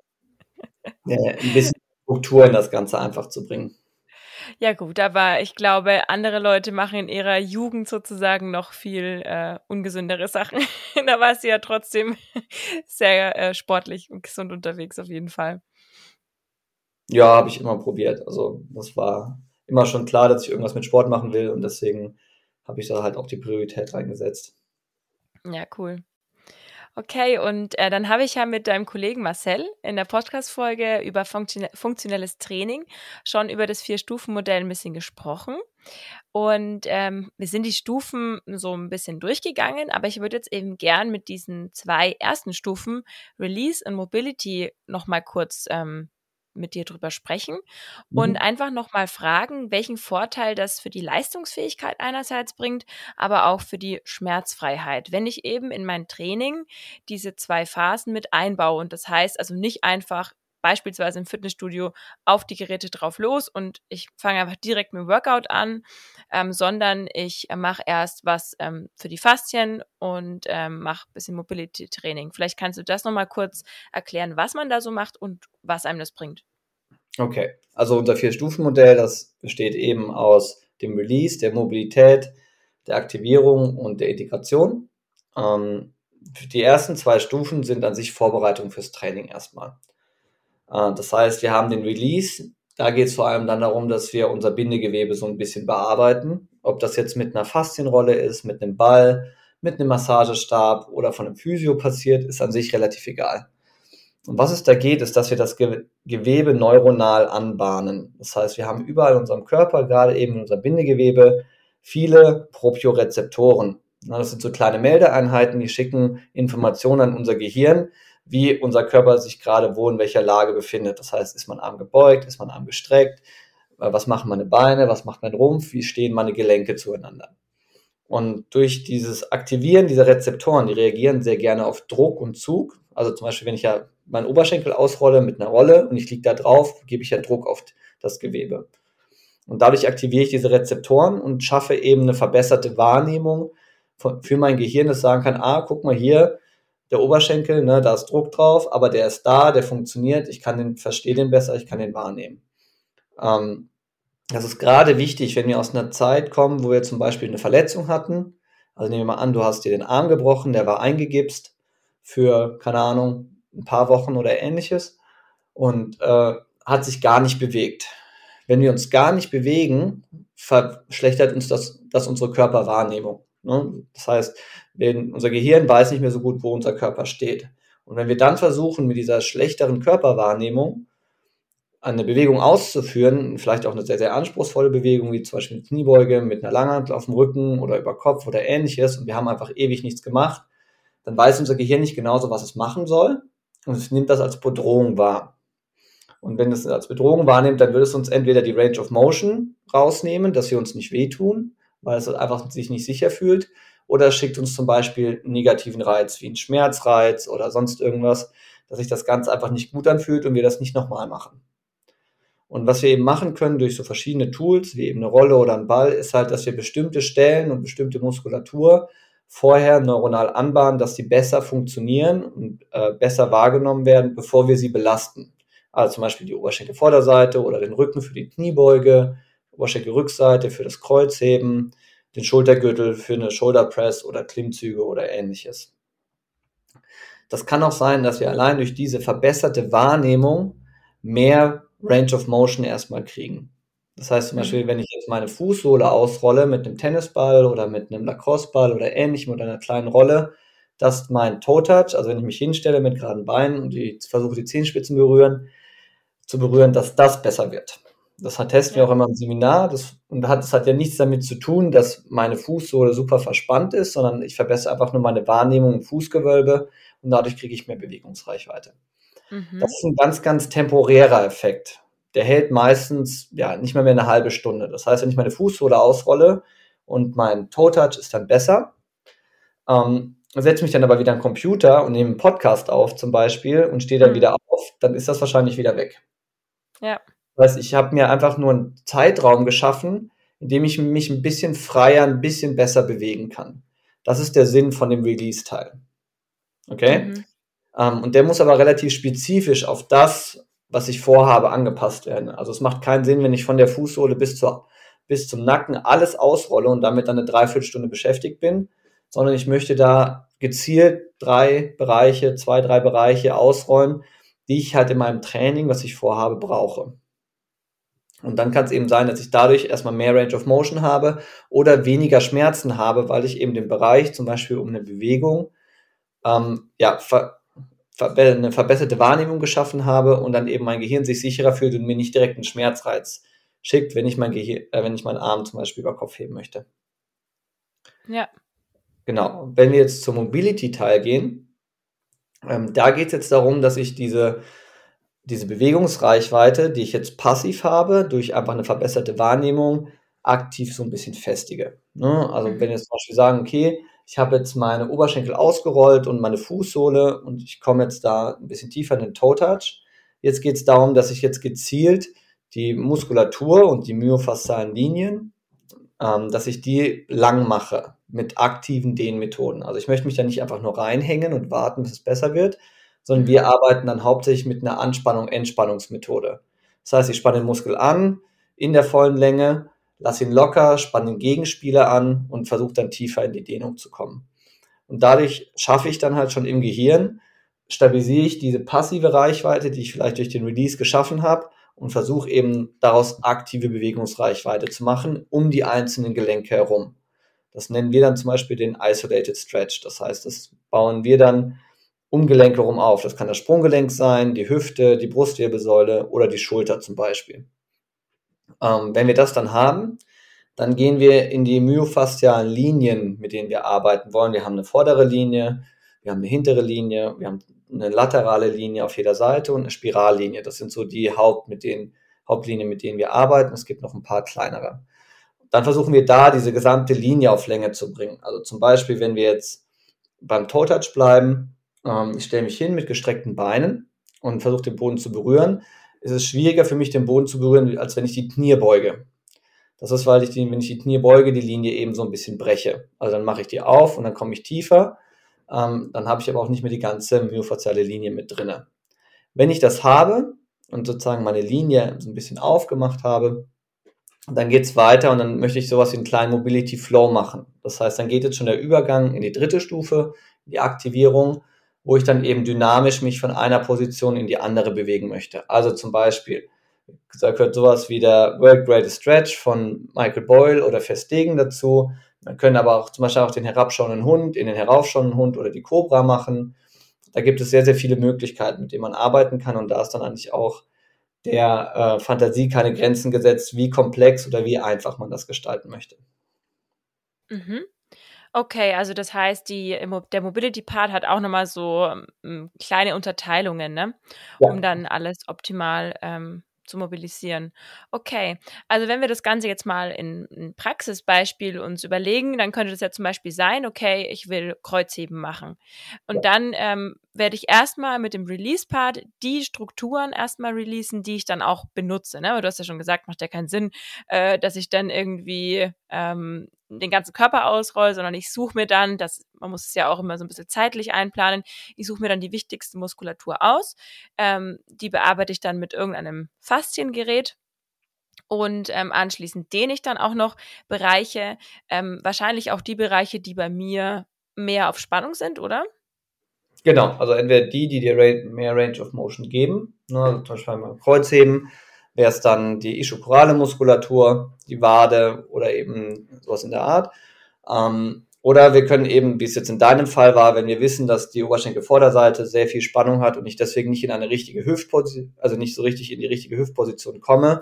ein bisschen Struktur in das Ganze einfach zu bringen. Ja gut, aber ich glaube, andere Leute machen in ihrer Jugend sozusagen noch viel ungesündere Sachen. Da war sie ja trotzdem sehr sportlich und gesund unterwegs auf jeden Fall. Ja, habe ich immer probiert. Also das war immer schon klar, dass ich irgendwas mit Sport machen will und deswegen habe ich da halt auch die Priorität reingesetzt. Ja, cool. Okay, und dann habe ich ja mit deinem Kollegen Marcel in der Podcast-Folge über funktionelles Training schon über das 4-Stufen-Modell ein bisschen gesprochen. Und wir sind die Stufen so ein bisschen durchgegangen, aber ich würde jetzt eben gern mit diesen 2 ersten Stufen, Release und Mobility, nochmal kurz mit dir drüber sprechen und einfach nochmal fragen, welchen Vorteil das für die Leistungsfähigkeit einerseits bringt, aber auch für die Schmerzfreiheit, wenn ich eben in mein Training diese 2 Phasen mit einbaue. Und das heißt also nicht einfach beispielsweise im Fitnessstudio auf die Geräte drauf los und ich fange einfach direkt mit dem Workout an, sondern ich mache erst was für die Faszien und mache ein bisschen Mobility-Training. Vielleicht kannst du das nochmal kurz erklären, was man da so macht und was einem das bringt. Okay, also unser 4-Stufen-Modell, das besteht eben aus dem Release, der Mobilität, der Aktivierung und der Integration. Die ersten 2 Stufen sind an sich Vorbereitung fürs Training erstmal. Das heißt, wir haben den Release, da geht es vor allem dann darum, dass wir unser Bindegewebe so ein bisschen bearbeiten. Ob das jetzt mit einer Faszienrolle ist, mit einem Ball, mit einem Massagestab oder von einem Physio passiert, ist an sich relativ egal. Und was es da geht, ist, dass wir das Gewebe neuronal anbahnen. Das heißt, wir haben überall in unserem Körper, gerade eben in unserem Bindegewebe, viele Propriorezeptoren. Das sind so kleine Meldeeinheiten, die schicken Informationen an unser Gehirn, wie unser Körper sich gerade wo in welcher Lage befindet. Das heißt, ist mein Arm gebeugt, ist mein Arm gestreckt, was machen meine Beine, was macht mein Rumpf, wie stehen meine Gelenke zueinander. Und durch dieses Aktivieren dieser Rezeptoren, die reagieren sehr gerne auf Druck und Zug. Also zum Beispiel, wenn ich ja meinen Oberschenkel ausrolle mit einer Rolle und ich liege da drauf, gebe ich ja Druck auf das Gewebe. Und dadurch aktiviere ich diese Rezeptoren und schaffe eben eine verbesserte Wahrnehmung für mein Gehirn, das sagen kann, guck mal hier, der Oberschenkel, ne, da ist Druck drauf, aber der ist da, der funktioniert, verstehe den besser, ich kann den wahrnehmen. Das ist gerade wichtig, wenn wir aus einer Zeit kommen, wo wir zum Beispiel eine Verletzung hatten. Also nehmen wir mal an, du hast dir den Arm gebrochen, der war eingegipst für, keine Ahnung, ein paar Wochen oder ähnliches und hat sich gar nicht bewegt. Wenn wir uns gar nicht bewegen, verschlechtert uns das unsere Körperwahrnehmung. Ne? Das heißt, unser Gehirn weiß nicht mehr so gut, wo unser Körper steht. Und wenn wir dann versuchen, mit dieser schlechteren Körperwahrnehmung eine Bewegung auszuführen, vielleicht auch eine sehr, sehr anspruchsvolle Bewegung, wie zum Beispiel eine Kniebeuge mit einer Langhantel auf dem Rücken oder über Kopf oder ähnliches, und wir haben einfach ewig nichts gemacht, dann weiß unser Gehirn nicht genauso, was es machen soll, und es nimmt das als Bedrohung wahr. Und wenn es als Bedrohung wahrnimmt, dann würde es uns entweder die Range of Motion rausnehmen, dass wir uns nicht wehtun, weil es einfach sich nicht sicher fühlt, oder es schickt uns zum Beispiel einen negativen Reiz, wie einen Schmerzreiz oder sonst irgendwas, dass sich das Ganze einfach nicht gut anfühlt und wir das nicht nochmal machen. Und was wir eben machen können durch so verschiedene Tools, wie eben eine Rolle oder ein Ball, ist halt, dass wir bestimmte Stellen und bestimmte Muskulatur vorher neuronal anbahnen, dass die besser funktionieren und besser wahrgenommen werden, bevor wir sie belasten. Also zum Beispiel die Oberschenkelvorderseite oder den Rücken für die Kniebeuge, Oberschenkelrückseite für das Kreuzheben, den Schultergürtel für eine Shoulder Press oder Klimmzüge oder ähnliches. Das kann auch sein, dass wir allein durch diese verbesserte Wahrnehmung mehr Range of Motion erstmal kriegen. Das heißt zum Beispiel, wenn ich jetzt meine Fußsohle ausrolle mit einem Tennisball oder mit einem Lacrosseball oder ähnlichem oder einer kleinen Rolle, dass mein Toe-Touch, also wenn ich mich hinstelle mit geraden Beinen und versuche die Zehenspitzen zu berühren, dass das besser wird. Das testen wir auch immer im Seminar. Das hat ja nichts damit zu tun, dass meine Fußsohle super verspannt ist, sondern ich verbessere einfach nur meine Wahrnehmung im Fußgewölbe und dadurch kriege ich mehr Bewegungsreichweite. Das ist ein ganz, ganz temporärer Effekt. Der hält meistens nicht mehr eine halbe Stunde. Das heißt, wenn ich meine Fußsohle ausrolle und mein Toe-Touch ist dann besser, setze mich dann aber wieder an den Computer und nehme einen Podcast auf zum Beispiel und stehe dann wieder auf, dann ist das wahrscheinlich wieder weg. Ja. Das heißt, ich habe mir einfach nur einen Zeitraum geschaffen, in dem ich mich ein bisschen freier, ein bisschen besser bewegen kann. Das ist der Sinn von dem Release-Teil. Okay? Und der muss aber relativ spezifisch auf das, was ich vorhabe, angepasst werden. Also es macht keinen Sinn, wenn ich von der Fußsohle bis zum Nacken alles ausrolle und damit dann eine Dreiviertelstunde beschäftigt bin, sondern ich möchte da gezielt 2, 3 Bereiche ausrollen, die ich halt in meinem Training, was ich vorhabe, brauche. Und dann kann es eben sein, dass ich dadurch erstmal mehr Range of Motion habe oder weniger Schmerzen habe, weil ich eben den Bereich, zum Beispiel um eine Bewegung, eine verbesserte Wahrnehmung geschaffen habe und dann eben mein Gehirn sich sicherer fühlt und mir nicht direkt einen Schmerzreiz schickt, wenn ich meinen Arm zum Beispiel über Kopf heben möchte. Ja. Genau. Wenn wir jetzt zum Mobility-Teil gehen, da geht es jetzt darum, dass ich diese Bewegungsreichweite, die ich jetzt passiv habe, durch einfach eine verbesserte Wahrnehmung aktiv so ein bisschen festige. Ne? Also wenn wir jetzt zum Beispiel sagen, okay, ich habe jetzt meine Oberschenkel ausgerollt und meine Fußsohle und ich komme jetzt da ein bisschen tiefer in den Toe-Touch. Jetzt geht es darum, dass ich jetzt gezielt die Muskulatur und die myofaszialen Linien, dass ich die lang mache mit aktiven Dehnmethoden. Also ich möchte mich da nicht einfach nur reinhängen und warten, bis es besser wird, sondern wir arbeiten dann hauptsächlich mit einer Anspannung-Entspannungsmethode. Das heißt, ich spanne den Muskel an in der vollen Länge, lasse ihn locker, spanne den Gegenspieler an und versuche dann tiefer in die Dehnung zu kommen. Und dadurch schaffe ich dann halt schon im Gehirn, stabilisiere ich diese passive Reichweite, die ich vielleicht durch den Release geschaffen habe und versuche eben daraus aktive Bewegungsreichweite zu machen, um die einzelnen Gelenke herum. Das nennen wir dann zum Beispiel den Isolated Stretch. Das heißt, das bauen wir dann um Gelenke herum auf. Das kann das Sprunggelenk sein, die Hüfte, die Brustwirbelsäule oder die Schulter zum Beispiel. Wenn wir das dann haben, dann gehen wir in die myofaszialen Linien, mit denen wir arbeiten wollen. Wir haben eine vordere Linie, wir haben eine hintere Linie, wir haben eine laterale Linie auf jeder Seite und eine Spirallinie. Das sind so die Hauptlinien, mit denen wir arbeiten. Es gibt noch ein paar kleinere. Dann versuchen wir da diese gesamte Linie auf Länge zu bringen. Also zum Beispiel, wenn wir jetzt beim Toe-Touch bleiben, ich stelle mich hin mit gestreckten Beinen und versuche den Boden zu berühren, ist es schwieriger für mich, den Boden zu berühren, als wenn ich die Knie beuge. Das ist, weil wenn ich die Knie beuge, die Linie eben so ein bisschen breche. Also dann mache ich die auf und dann komme ich tiefer. Dann habe ich aber auch nicht mehr die ganze myofasziale Linie mit drin. Wenn ich das habe und sozusagen meine Linie so ein bisschen aufgemacht habe, dann geht es weiter und dann möchte ich sowas wie einen kleinen Mobility Flow machen. Das heißt, dann geht jetzt schon der Übergang in die dritte Stufe, die Aktivierung, wo ich dann eben dynamisch mich von einer Position in die andere bewegen möchte. Also zum Beispiel, da gehört sowas wie der World Greatest Stretch von Michael Boyle oder Verstegen dazu. Man können aber auch zum Beispiel auch den herabschauenden Hund in den heraufschauenden Hund oder die Cobra machen. Da gibt es sehr, sehr viele Möglichkeiten, mit denen man arbeiten kann und da ist dann eigentlich auch der Fantasie keine Grenzen gesetzt, wie komplex oder wie einfach man das gestalten möchte. Okay, also das heißt, der Mobility-Part hat auch nochmal so kleine Unterteilungen, ne? Ja. Um dann alles optimal zu mobilisieren. Okay, also wenn wir das Ganze jetzt mal in ein Praxisbeispiel uns überlegen, dann könnte das ja zum Beispiel sein, okay, ich will Kreuzheben machen. Und dann werde ich erstmal mit dem Release-Part die Strukturen erstmal releasen, die ich dann auch benutze. Ne? Aber du hast ja schon gesagt, macht ja keinen Sinn, dass ich dann irgendwie den ganzen Körper ausrolle, sondern ich suche mir dann, man muss es ja auch immer so ein bisschen zeitlich einplanen, ich suche mir dann die wichtigste Muskulatur aus, die bearbeite ich dann mit irgendeinem Fasziengerät und anschließend dehne ich dann auch noch Bereiche, wahrscheinlich auch die Bereiche, die bei mir mehr auf Spannung sind, oder? Genau, also entweder die dir mehr Range of Motion geben, ne, also zum Beispiel beim Kreuzheben wäre es dann die ischokorale Muskulatur, die Wade oder eben sowas in der Art. Oder wir können eben, wie es jetzt in deinem Fall war, wenn wir wissen, dass die Oberschenkelvorderseite sehr viel Spannung hat und ich deswegen nicht in eine richtige Hüftposition, also nicht so richtig in die richtige Hüftposition komme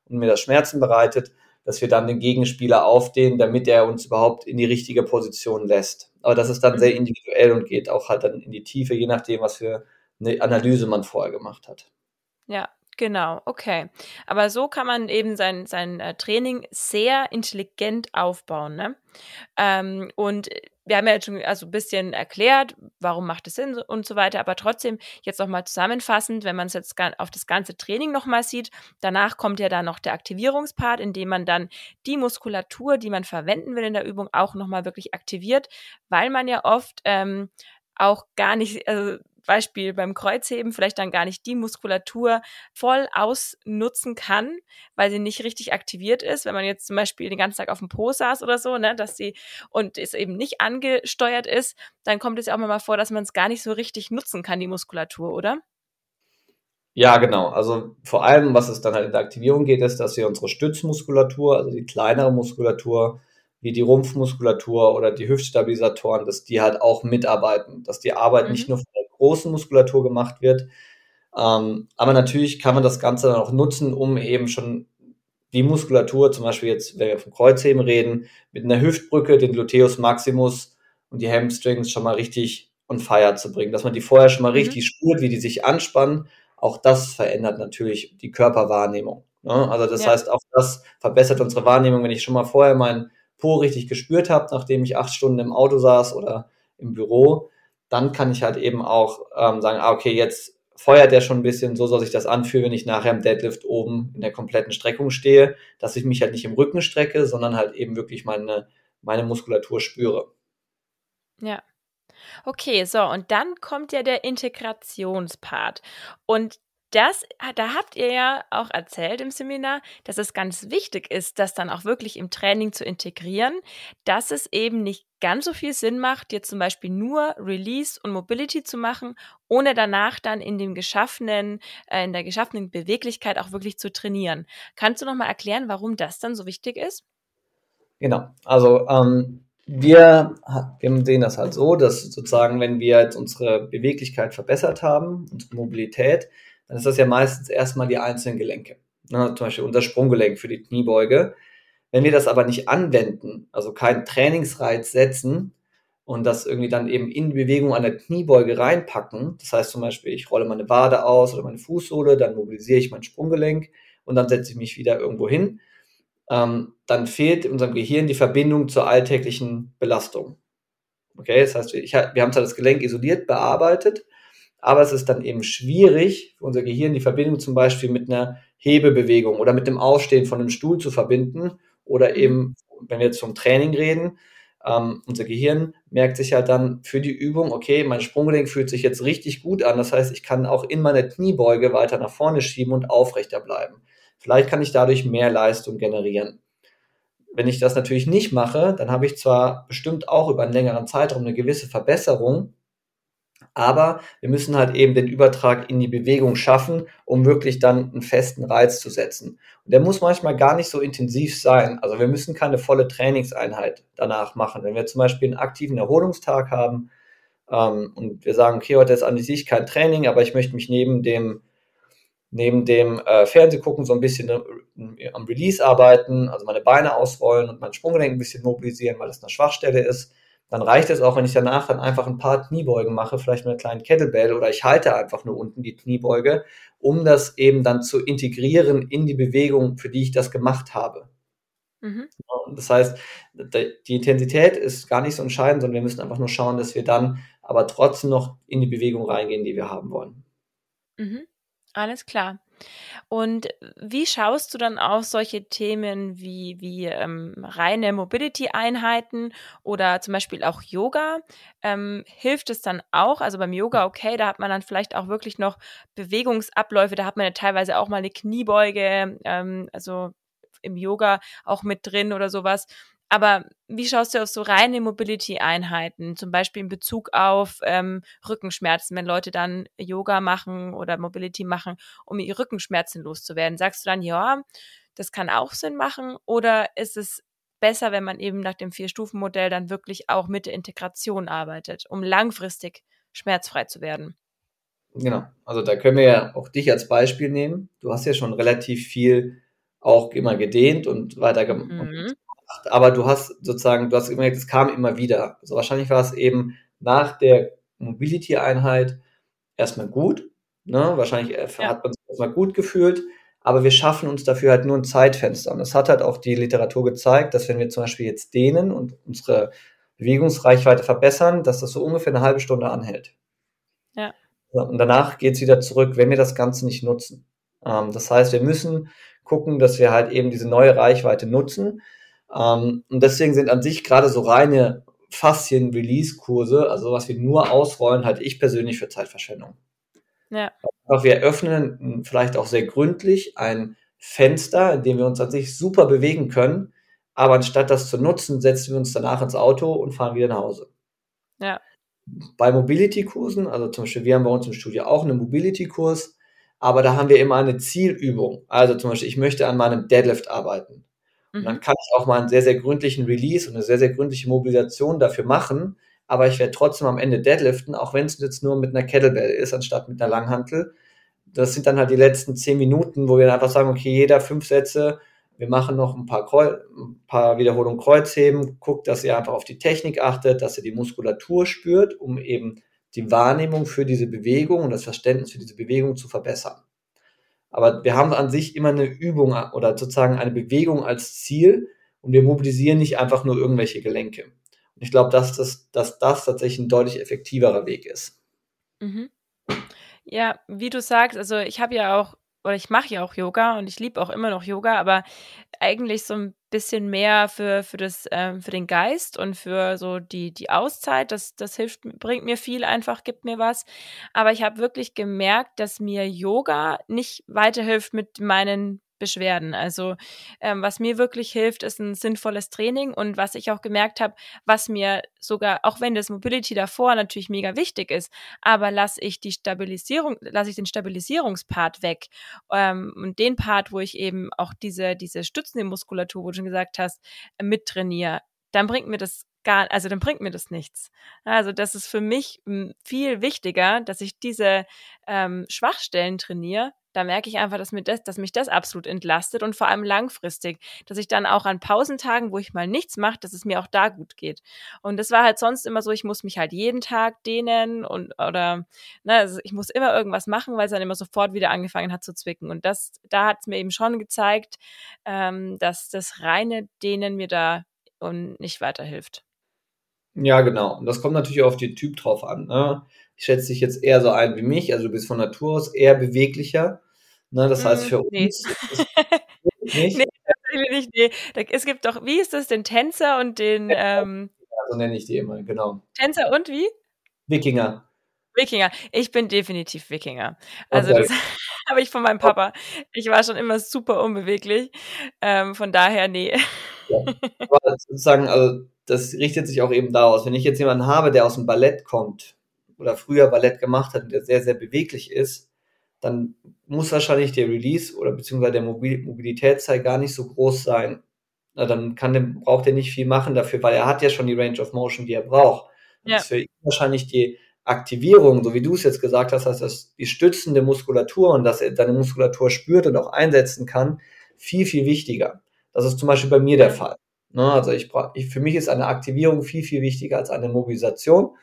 und mir das Schmerzen bereitet, dass wir dann den Gegenspieler aufdehnen, damit er uns überhaupt in die richtige Position lässt. Aber das ist dann sehr individuell und geht auch halt dann in die Tiefe, je nachdem, was für eine Analyse man vorher gemacht hat. Ja, genau, okay. Aber so kann man eben sein Training sehr intelligent aufbauen, ne? Und wir haben ja jetzt schon ein bisschen erklärt, warum macht es Sinn und so weiter, aber trotzdem jetzt noch mal zusammenfassend, wenn man es jetzt auf das ganze Training noch mal sieht, danach kommt ja dann noch der Aktivierungspart, in dem man dann die Muskulatur, die man verwenden will in der Übung, auch noch mal wirklich aktiviert, weil man ja oft auch gar nicht, also Beispiel beim Kreuzheben, vielleicht dann gar nicht die Muskulatur voll ausnutzen kann, weil sie nicht richtig aktiviert ist. Wenn man jetzt zum Beispiel den ganzen Tag auf dem Po saß oder so, ne, und es eben nicht angesteuert ist, dann kommt es ja auch mal vor, dass man es gar nicht so richtig nutzen kann, die Muskulatur, oder? Ja, genau. Also vor allem, was es dann halt in der Aktivierung geht, ist, dass wir unsere Stützmuskulatur, also die kleinere Muskulatur, wie die Rumpfmuskulatur oder die Hüftstabilisatoren, dass die halt auch mitarbeiten, dass die Arbeit nicht nur von der großen Muskulatur gemacht wird. Aber natürlich kann man das Ganze dann auch nutzen, um eben schon die Muskulatur, zum Beispiel jetzt, wenn wir vom Kreuzheben reden, mit einer Hüftbrücke, den Gluteus Maximus und die Hamstrings schon mal richtig on fire zu bringen, dass man die vorher schon mal richtig spürt, wie die sich anspannen. Auch das verändert natürlich die Körperwahrnehmung. Ne? Also das heißt, auch das verbessert unsere Wahrnehmung, wenn ich schon mal vorher meinen Po richtig gespürt habe, nachdem ich 8 Stunden im Auto saß oder im Büro, dann kann ich halt eben auch sagen, okay, jetzt feuert der schon ein bisschen, so soll sich das anfühlen, wenn ich nachher im Deadlift oben in der kompletten Streckung stehe, dass ich mich halt nicht im Rücken strecke, sondern halt eben wirklich meine Muskulatur spüre. Ja. Okay, so und dann kommt ja der Integrationspart. Und da habt ihr ja auch erzählt im Seminar, dass es ganz wichtig ist, das dann auch wirklich im Training zu integrieren, dass es eben nicht ganz so viel Sinn macht, jetzt zum Beispiel nur Release und Mobility zu machen, ohne danach dann in der geschaffenen Beweglichkeit auch wirklich zu trainieren. Kannst du noch mal erklären, warum das dann so wichtig ist? Genau, also wir sehen das halt so, dass sozusagen, wenn wir jetzt unsere Beweglichkeit verbessert haben, unsere Mobilität, dann ist das ja meistens erstmal die einzelnen Gelenke. Ne? Zum Beispiel unser Sprunggelenk für die Kniebeuge. Wenn wir das aber nicht anwenden, also keinen Trainingsreiz setzen und das irgendwie dann eben in die Bewegung an der Kniebeuge reinpacken, das heißt zum Beispiel, ich rolle meine Wade aus oder meine Fußsohle, dann mobilisiere ich mein Sprunggelenk und dann setze ich mich wieder irgendwo hin, dann fehlt unserem Gehirn die Verbindung zur alltäglichen Belastung. Okay, das heißt, wir haben zwar das Gelenk isoliert bearbeitet, aber es ist dann eben schwierig für unser Gehirn die Verbindung zum Beispiel mit einer Hebebewegung oder mit dem Aufstehen von einem Stuhl zu verbinden oder eben, wenn wir jetzt vom Training reden, unser Gehirn merkt sich halt dann für die Übung, okay, mein Sprunggelenk fühlt sich jetzt richtig gut an, das heißt, ich kann auch in meiner Kniebeuge weiter nach vorne schieben und aufrechter bleiben. Vielleicht kann ich dadurch mehr Leistung generieren. Wenn ich das natürlich nicht mache, dann habe ich zwar bestimmt auch über einen längeren Zeitraum eine gewisse Verbesserung, aber wir müssen halt eben den Übertrag in die Bewegung schaffen, um wirklich dann einen festen Reiz zu setzen. Und der muss manchmal gar nicht so intensiv sein. Also wir müssen keine volle Trainingseinheit danach machen. Wenn wir zum Beispiel einen aktiven Erholungstag haben und wir sagen, okay, heute ist an sich kein Training, aber ich möchte mich neben dem Fernsehgucken so ein bisschen am Release arbeiten, also meine Beine ausrollen und mein Sprunggelenk ein bisschen mobilisieren, weil das eine Schwachstelle ist. Dann reicht es auch, wenn ich danach dann einfach ein paar Kniebeugen mache, vielleicht mit einer kleinen Kettlebell oder ich halte einfach nur unten die Kniebeuge, um das eben dann zu integrieren in die Bewegung, für die ich das gemacht habe. Mhm. Das heißt, die Intensität ist gar nicht so entscheidend, sondern wir müssen einfach nur schauen, dass wir dann aber trotzdem noch in die Bewegung reingehen, die wir haben wollen. Mhm. Alles klar. Und wie schaust du dann auf solche Themen wie reine Mobility-Einheiten oder zum Beispiel auch Yoga? Hilft es dann auch? Also beim Yoga, okay, da hat man dann vielleicht auch wirklich noch Bewegungsabläufe, da hat man ja teilweise auch mal eine Kniebeuge, also im Yoga auch mit drin oder sowas. Aber wie schaust du auf so reine Mobility-Einheiten, zum Beispiel in Bezug auf Rückenschmerzen, wenn Leute dann Yoga machen oder Mobility machen, um ihre Rückenschmerzen loszuwerden? Sagst du dann, ja, das kann auch Sinn machen? Oder ist es besser, wenn man eben nach dem 4-Stufen-Modell dann wirklich auch mit der Integration arbeitet, um langfristig schmerzfrei zu werden? Genau, also da können wir ja auch dich als Beispiel nehmen. Du hast ja schon relativ viel auch immer gedehnt und weiter gemacht. Aber du hast gemerkt, es kam immer wieder. Also wahrscheinlich war es eben nach der Mobility-Einheit erstmal gut. Ne? Wahrscheinlich hat man sich erstmal gut gefühlt, aber wir schaffen uns dafür halt nur ein Zeitfenster. Und das hat halt auch die Literatur gezeigt, dass wenn wir zum Beispiel jetzt dehnen und unsere Bewegungsreichweite verbessern, dass das so ungefähr eine halbe Stunde anhält. Ja. Und danach geht es wieder zurück, wenn wir das Ganze nicht nutzen. Das heißt, wir müssen gucken, dass wir halt eben diese neue Reichweite nutzen. Und deswegen sind an sich gerade so reine Faszien-Release-Kurse, also was wir nur ausrollen, halte ich persönlich für Zeitverschwendung. Ja. Aber wir öffnen vielleicht auch sehr gründlich ein Fenster, in dem wir uns an sich super bewegen können, aber anstatt das zu nutzen, setzen wir uns danach ins Auto und fahren wieder nach Hause. Ja. Bei Mobility-Kursen, also zum Beispiel, wir haben bei uns im Studio auch einen Mobility-Kurs, aber da haben wir immer eine Zielübung. Also zum Beispiel, ich möchte an meinem Deadlift arbeiten. Und dann kann ich auch mal einen sehr, sehr gründlichen Release und eine sehr, sehr gründliche Mobilisation dafür machen, aber ich werde trotzdem am Ende deadliften, auch wenn es jetzt nur mit einer Kettlebell ist, anstatt mit einer Langhantel. Das sind dann halt die letzten 10 Minuten, wo wir dann einfach sagen, okay, jeder 5 Sätze, wir machen noch ein paar Wiederholungen Kreuzheben, guckt, dass ihr einfach auf die Technik achtet, dass ihr die Muskulatur spürt, um eben die Wahrnehmung für diese Bewegung und das Verständnis für diese Bewegung zu verbessern. Aber wir haben an sich immer eine Übung oder sozusagen eine Bewegung als Ziel und wir mobilisieren nicht einfach nur irgendwelche Gelenke. Und ich glaube, dass das tatsächlich ein deutlich effektiverer Weg ist. Ja, wie du sagst, also ich mache ja auch Yoga und ich liebe auch immer noch Yoga, aber eigentlich so ein bisschen mehr für den Geist und für so die Auszeit. Das bringt mir viel einfach, gibt mir was. Aber ich habe wirklich gemerkt, dass mir Yoga nicht weiterhilft mit meinen Beschwerden. Also was mir wirklich hilft, ist ein sinnvolles Training und was ich auch gemerkt habe, was mir sogar, auch wenn das Mobility davor natürlich mega wichtig ist, aber lasse ich den Stabilisierungspart weg und den Part, wo ich eben auch diese stützende Muskulatur, wo du schon gesagt hast, mittrainiere, dann bringt mir das nichts. Also das ist für mich viel wichtiger, dass ich diese Schwachstellen trainiere. Da merke ich einfach, dass mich das absolut entlastet und vor allem langfristig, dass ich dann auch an Pausentagen, wo ich mal nichts mache, dass es mir auch da gut geht. Und das war halt sonst immer so, ich muss mich halt jeden Tag dehnen also ich muss immer irgendwas machen, weil es dann immer sofort wieder angefangen hat zu zwicken. Und da hat es mir eben schon gezeigt, dass das reine Dehnen mir da und nicht weiterhilft. Ja, genau. Und das kommt natürlich auf den Typ drauf an. Ne? Ich schätze dich jetzt eher so ein wie mich, also du bist von Natur aus eher beweglicher. Ne? Das heißt für Nee. uns ist nicht. Nee, tatsächlich nicht. Nee. Es gibt doch, wie ist das, den Tänzer und den So nenne ich die immer, genau. Tänzer und wie? Wikinger. Wikinger. Ich bin definitiv Wikinger. Also Okay. das habe ich von meinem Papa. Ich war schon immer super unbeweglich. Von daher, nee. Ja. Aber sozusagen, also das richtet sich auch eben daraus. Wenn ich jetzt jemanden habe, der aus dem Ballett kommt oder früher Ballett gemacht hat und der sehr, sehr beweglich ist, dann muss wahrscheinlich der Release oder beziehungsweise der Mobilitätszeit gar nicht so groß sein. Na, dann braucht er nicht viel machen dafür, weil er hat ja schon die Range of Motion, die er braucht. Dann Ja. ist für ihn wahrscheinlich die Aktivierung, so wie du es jetzt gesagt hast, dass die stützende Muskulatur und dass er seine Muskulatur spürt und auch einsetzen kann, viel, viel wichtiger. Das ist zum Beispiel bei mir der Fall. Ne? Also für mich ist eine Aktivierung viel, viel wichtiger als eine Mobilisation.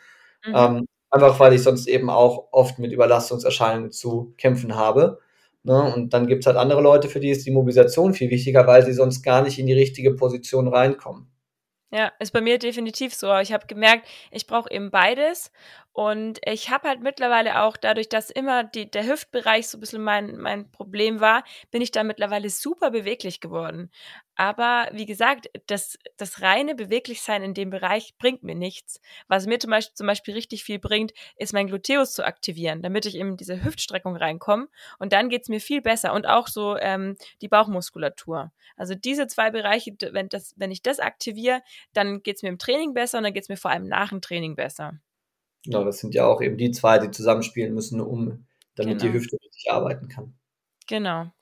Einfach weil ich sonst eben auch oft mit Überlastungserscheinungen zu kämpfen habe. Ne? Und dann gibt es halt andere Leute, für die ist die Mobilisation viel wichtiger, weil sie sonst gar nicht in die richtige Position reinkommen. Ja, ist bei mir definitiv so. Ich habe gemerkt, ich brauche eben beides. Und ich habe halt mittlerweile auch, dadurch, dass immer der Hüftbereich so ein bisschen mein Problem war, bin ich da mittlerweile super beweglich geworden. Aber wie gesagt, das reine Beweglichsein in dem Bereich bringt mir nichts. Was mir zum Beispiel richtig viel bringt, ist mein Gluteus zu aktivieren, damit ich in diese Hüftstreckung reinkomme. Und dann geht's mir viel besser. Und auch so die Bauchmuskulatur. Also diese 2 Bereiche, wenn ich das aktiviere, dann geht's mir im Training besser und dann geht's mir vor allem nach dem Training besser. Genau, das sind ja auch eben die 2, die zusammenspielen müssen, damit die Hüfte richtig arbeiten kann. Genau.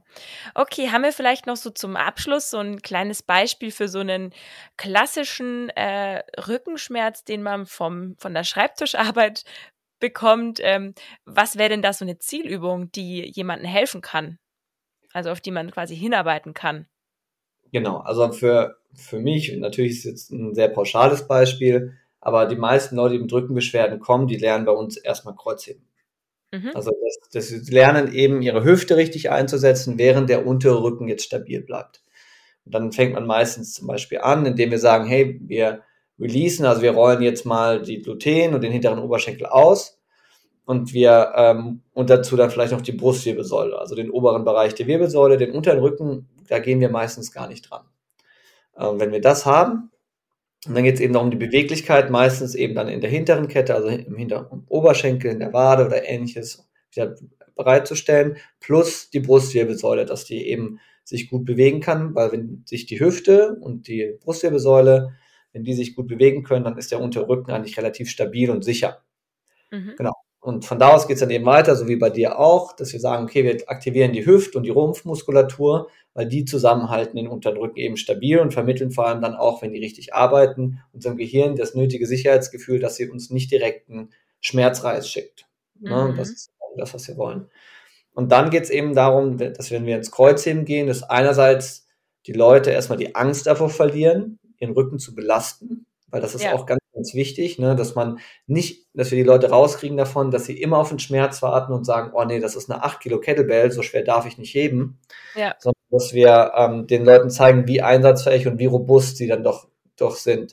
Okay, haben wir vielleicht noch so zum Abschluss so ein kleines Beispiel für so einen klassischen Rückenschmerz, den man von der Schreibtischarbeit bekommt? Was wäre denn da so eine Zielübung, die jemandem helfen kann? also auf die man quasi hinarbeiten kann. Genau, also für mich, natürlich ist es jetzt ein sehr pauschales Beispiel, aber die meisten Leute, die mit Rückenbeschwerden kommen, die lernen bei uns erstmal Kreuzheben. Mhm. Also sie lernen eben, ihre Hüfte richtig einzusetzen, während der untere Rücken jetzt stabil bleibt. Und dann fängt man meistens zum Beispiel an, indem wir sagen, hey, wir releasen, also wir rollen jetzt mal die Gluten und den hinteren Oberschenkel aus und und dazu dann vielleicht noch die Brustwirbelsäule, also den oberen Bereich der Wirbelsäule, den unteren Rücken, da gehen wir meistens gar nicht dran. Wenn wir das haben, und dann geht es eben noch um die Beweglichkeit, meistens eben dann in der hinteren Kette, also im hinteren Oberschenkel, in der Wade oder ähnliches, wieder bereitzustellen, plus die Brustwirbelsäule, dass die eben sich gut bewegen kann, weil wenn sich die Hüfte und die Brustwirbelsäule, wenn die sich gut bewegen können, dann ist der untere Rücken eigentlich relativ stabil und sicher. Mhm. Genau. Und von da aus geht es dann eben weiter, so wie bei dir auch, dass wir sagen, okay, wir aktivieren die Hüft- und die Rumpfmuskulatur, weil die zusammenhalten den unteren Rücken eben stabil und vermitteln vor allem dann auch, wenn die richtig arbeiten, unserem Gehirn das nötige Sicherheitsgefühl, dass sie uns nicht direkt einen Schmerzreiz schickt. Ne? Das ist das, was wir wollen. Und dann geht es eben darum, dass wenn wir ins Kreuzheben gehen, dass einerseits die Leute erstmal die Angst davor verlieren, ihren Rücken zu belasten, weil das ist auch ganz, ganz wichtig, ne, dass wir die Leute rauskriegen davon, dass sie immer auf den Schmerz warten und sagen, oh nee, das ist eine 8 Kilo Kettlebell, so schwer darf ich nicht heben, sondern dass wir den Leuten zeigen, wie einsatzfähig und wie robust sie dann doch sind.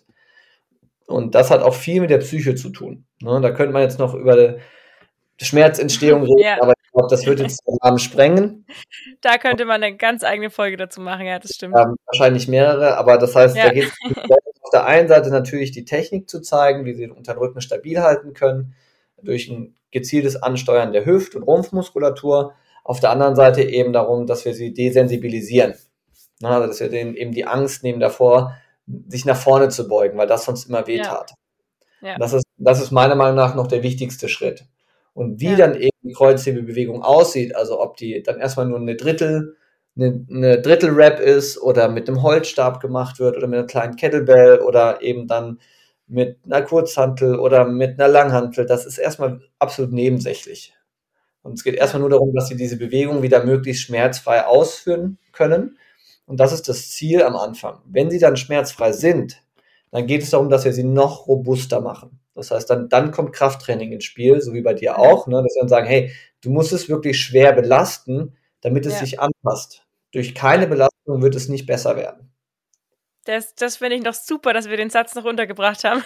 Und das hat auch viel mit der Psyche zu tun. Ne? Da könnte man jetzt noch über Schmerzentstehung reden, aber ich glaube, das wird jetzt den Rahmen sprengen. Da könnte man eine ganz eigene Folge dazu machen, ja, das stimmt. Wahrscheinlich mehrere, aber das heißt, da geht es auf der einen Seite natürlich die Technik zu zeigen, wie sie den unteren Rücken stabil halten können, durch ein gezieltes Ansteuern der Hüft- und Rumpfmuskulatur. Auf der anderen Seite eben darum, dass wir sie desensibilisieren. Also, dass wir denen eben die Angst nehmen davor, sich nach vorne zu beugen, weil das sonst immer wehtat. Ja. Das ist meiner Meinung nach noch der wichtigste Schritt. Und wie dann eben die Kreuzhebebewegung aussieht, also ob die dann erstmal nur eine Drittel-Rep ist oder mit einem Holzstab gemacht wird oder mit einer kleinen Kettlebell oder eben dann mit einer Kurzhantel oder mit einer Langhantel, das ist erstmal absolut nebensächlich. Und es geht erstmal nur darum, dass sie diese Bewegung wieder möglichst schmerzfrei ausführen können. Und das ist das Ziel am Anfang. Wenn sie dann schmerzfrei sind, dann geht es darum, dass wir sie noch robuster machen. Das heißt, dann kommt Krafttraining ins Spiel, so wie bei dir auch, ne? Dass wir dann sagen, hey, du musst es wirklich schwer belasten, damit es sich anpasst. Durch keine Belastung wird es nicht besser werden. Das finde ich noch super, dass wir den Satz noch untergebracht haben.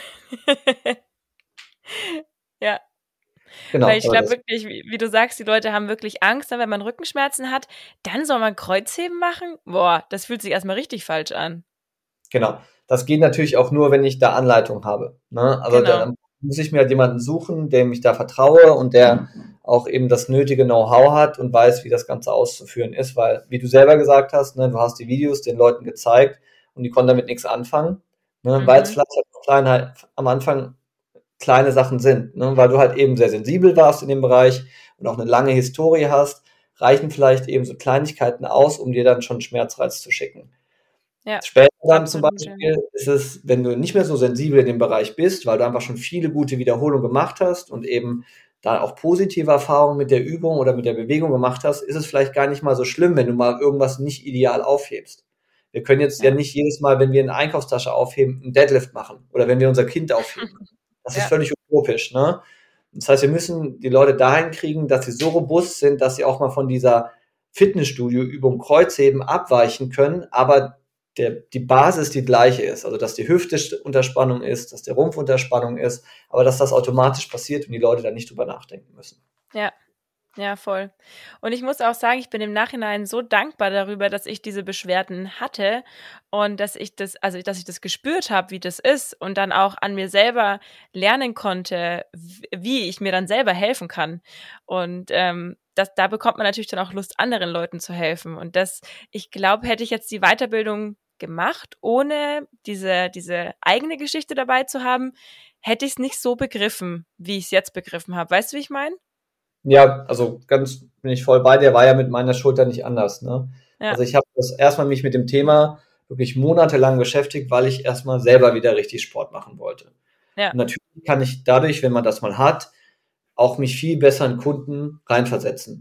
Ja. Genau, weil ich glaube wirklich, wie du sagst, die Leute haben wirklich Angst, wenn man Rückenschmerzen hat, dann soll man Kreuzheben machen? Boah, das fühlt sich erstmal richtig falsch an. Genau. Das geht natürlich auch nur, wenn ich da Anleitung habe. Ne? Also dann muss ich mir halt jemanden suchen, dem ich da vertraue und der auch eben das nötige Know-how hat und weiß, wie das Ganze auszuführen ist, weil, wie du selber gesagt hast, ne, du hast die Videos den Leuten gezeigt und die konnten damit nichts anfangen, ne, weil es vielleicht am Anfang kleine Sachen sind, ne, weil du halt eben sehr sensibel warst in dem Bereich und auch eine lange Historie hast, reichen vielleicht eben so Kleinigkeiten aus, um dir dann schon Schmerzreiz zu schicken. Ja, später dann zum Beispiel ist es, wenn du nicht mehr so sensibel in dem Bereich bist, weil du einfach schon viele gute Wiederholungen gemacht hast und eben da auch positive Erfahrungen mit der Übung oder mit der Bewegung gemacht hast, ist es vielleicht gar nicht mal so schlimm, wenn du mal irgendwas nicht ideal aufhebst. Wir können jetzt ja nicht jedes Mal, wenn wir eine Einkaufstasche aufheben, einen Deadlift machen oder wenn wir unser Kind aufheben. Das ist völlig utopisch, ne? Das heißt, wir müssen die Leute dahin kriegen, dass sie so robust sind, dass sie auch mal von dieser Fitnessstudio-Übung Kreuzheben abweichen können, aber die Basis die gleiche ist, also dass die Hüfte unter Spannung ist, dass der Rumpf unter Spannung ist, aber dass das automatisch passiert und die Leute da nicht drüber nachdenken müssen. Ja, voll. Und ich muss auch sagen, ich bin im Nachhinein so dankbar darüber, dass ich diese Beschwerden hatte und dass ich das gespürt habe, wie das ist und dann auch an mir selber lernen konnte, wie ich mir dann selber helfen kann. Und da bekommt man natürlich dann auch Lust, anderen Leuten zu helfen. Und ich glaube, hätte ich jetzt die Weiterbildung gemacht, ohne diese eigene Geschichte dabei zu haben, hätte ich es nicht so begriffen, wie ich es jetzt begriffen habe. Weißt du, wie ich meine? Ja, also bin ich voll bei dir, war ja mit meiner Schulter nicht anders, ne? Ja. Also ich habe das erstmal mich mit dem Thema wirklich monatelang beschäftigt, weil ich erstmal selber wieder richtig Sport machen wollte. Ja. Und natürlich kann ich dadurch, wenn man das mal hat, auch mich viel besser in Kunden reinversetzen.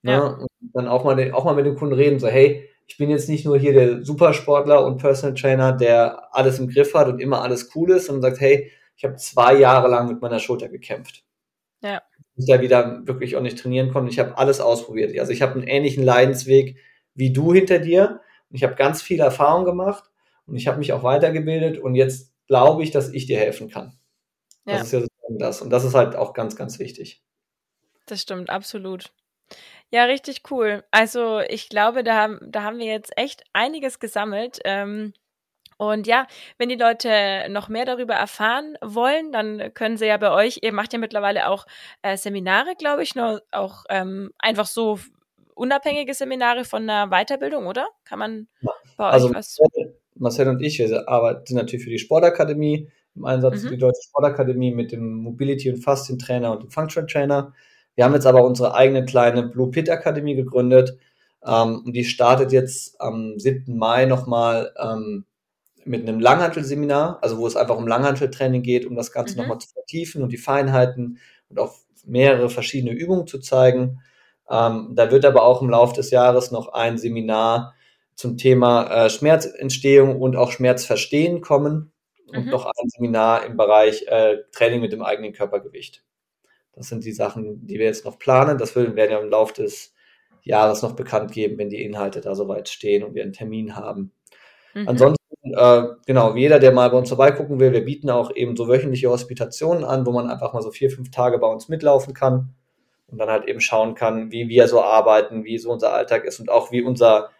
Ne? Ja. Und dann auch mal mit dem Kunden reden, so hey, ich bin jetzt nicht nur hier der Supersportler und Personal Trainer, der alles im Griff hat und immer alles cool ist, sondern sagt, hey, ich habe 2 Jahre lang mit meiner Schulter gekämpft. Ja. Ich da wieder wirklich auch nicht trainieren konnte. Ich habe alles ausprobiert. Also ich habe einen ähnlichen Leidensweg wie du hinter dir. Und ich habe ganz viel Erfahrung gemacht und ich habe mich auch weitergebildet und jetzt glaube ich, dass ich dir helfen kann. Ja. Das ist ja sozusagen das. Und das ist halt auch ganz, ganz wichtig. Das stimmt, absolut. Ja, richtig cool. Also ich glaube, da haben wir jetzt echt einiges gesammelt. Und ja, wenn die Leute noch mehr darüber erfahren wollen, dann können sie ja bei euch, ihr macht ja mittlerweile auch Seminare, glaube ich, nur auch einfach so unabhängige Seminare von einer Weiterbildung, oder? Kann man bei euch was... Marcel und ich, wir sind natürlich für die Sportakademie im Einsatz, die Deutsche Sportakademie mit dem Mobility- und Fasting-Trainer und dem Functional Trainer. Wir haben jetzt aber unsere eigene kleine Blue Pit Akademie gegründet und die startet jetzt am 7. Mai nochmal mit einem Langhantel-Seminar, also wo es einfach um Langhanteltraining geht, um das Ganze nochmal zu vertiefen und die Feinheiten und auch mehrere verschiedene Übungen zu zeigen. Da wird aber auch im Laufe des Jahres noch ein Seminar zum Thema Schmerzentstehung und auch Schmerzverstehen kommen und noch ein Seminar im Bereich Training mit dem eigenen Körpergewicht. Das sind die Sachen, die wir jetzt noch planen. Das werden wir im Laufe des Jahres noch bekannt geben, wenn die Inhalte da soweit stehen und wir einen Termin haben. Ansonsten, genau, jeder, der mal bei uns vorbeigucken will, wir bieten auch eben so wöchentliche Hospitationen an, wo man einfach mal so 4-5 Tage bei uns mitlaufen kann und dann halt eben schauen kann, wie wir so arbeiten, wie so unser Alltag ist und auch wie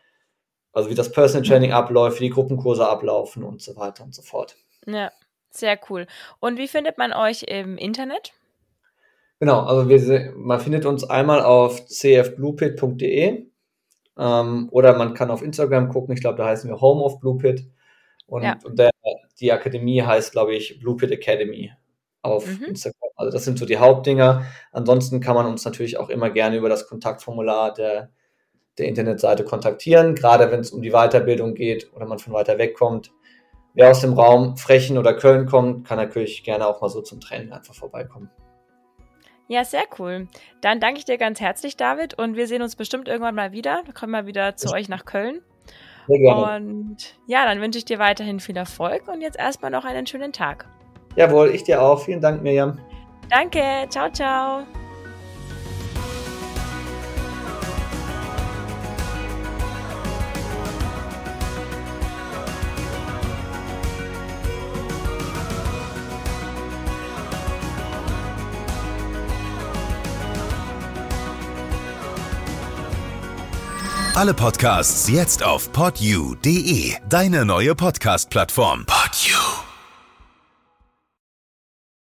das Personal Training abläuft, wie die Gruppenkurse ablaufen und so weiter und so fort. Ja, sehr cool. Und wie findet man euch im Internet? Genau, also man findet uns einmal auf cfbluepit.de oder man kann auf Instagram gucken, ich glaube, da heißen wir Home of Blue Pit und die Akademie heißt, glaube ich, Blue Pit Academy auf Instagram. Also das sind so die Hauptdinger. Ansonsten kann man uns natürlich auch immer gerne über das Kontaktformular der Internetseite kontaktieren, gerade wenn es um die Weiterbildung geht oder man von weiter weg kommt. Wer aus dem Raum Frechen oder Köln kommt, kann natürlich gerne auch mal so zum Training einfach vorbeikommen. Ja, sehr cool. Dann danke ich dir ganz herzlich, David, und wir sehen uns bestimmt irgendwann mal wieder. Wir kommen mal wieder zu euch nach Köln. Sehr gerne. Und ja, dann wünsche ich dir weiterhin viel Erfolg und jetzt erstmal noch einen schönen Tag. Jawohl, ich dir auch. Vielen Dank, Mirjam. Danke. Ciao, ciao. Alle Podcasts jetzt auf podyou.de, deine neue Podcast-Plattform.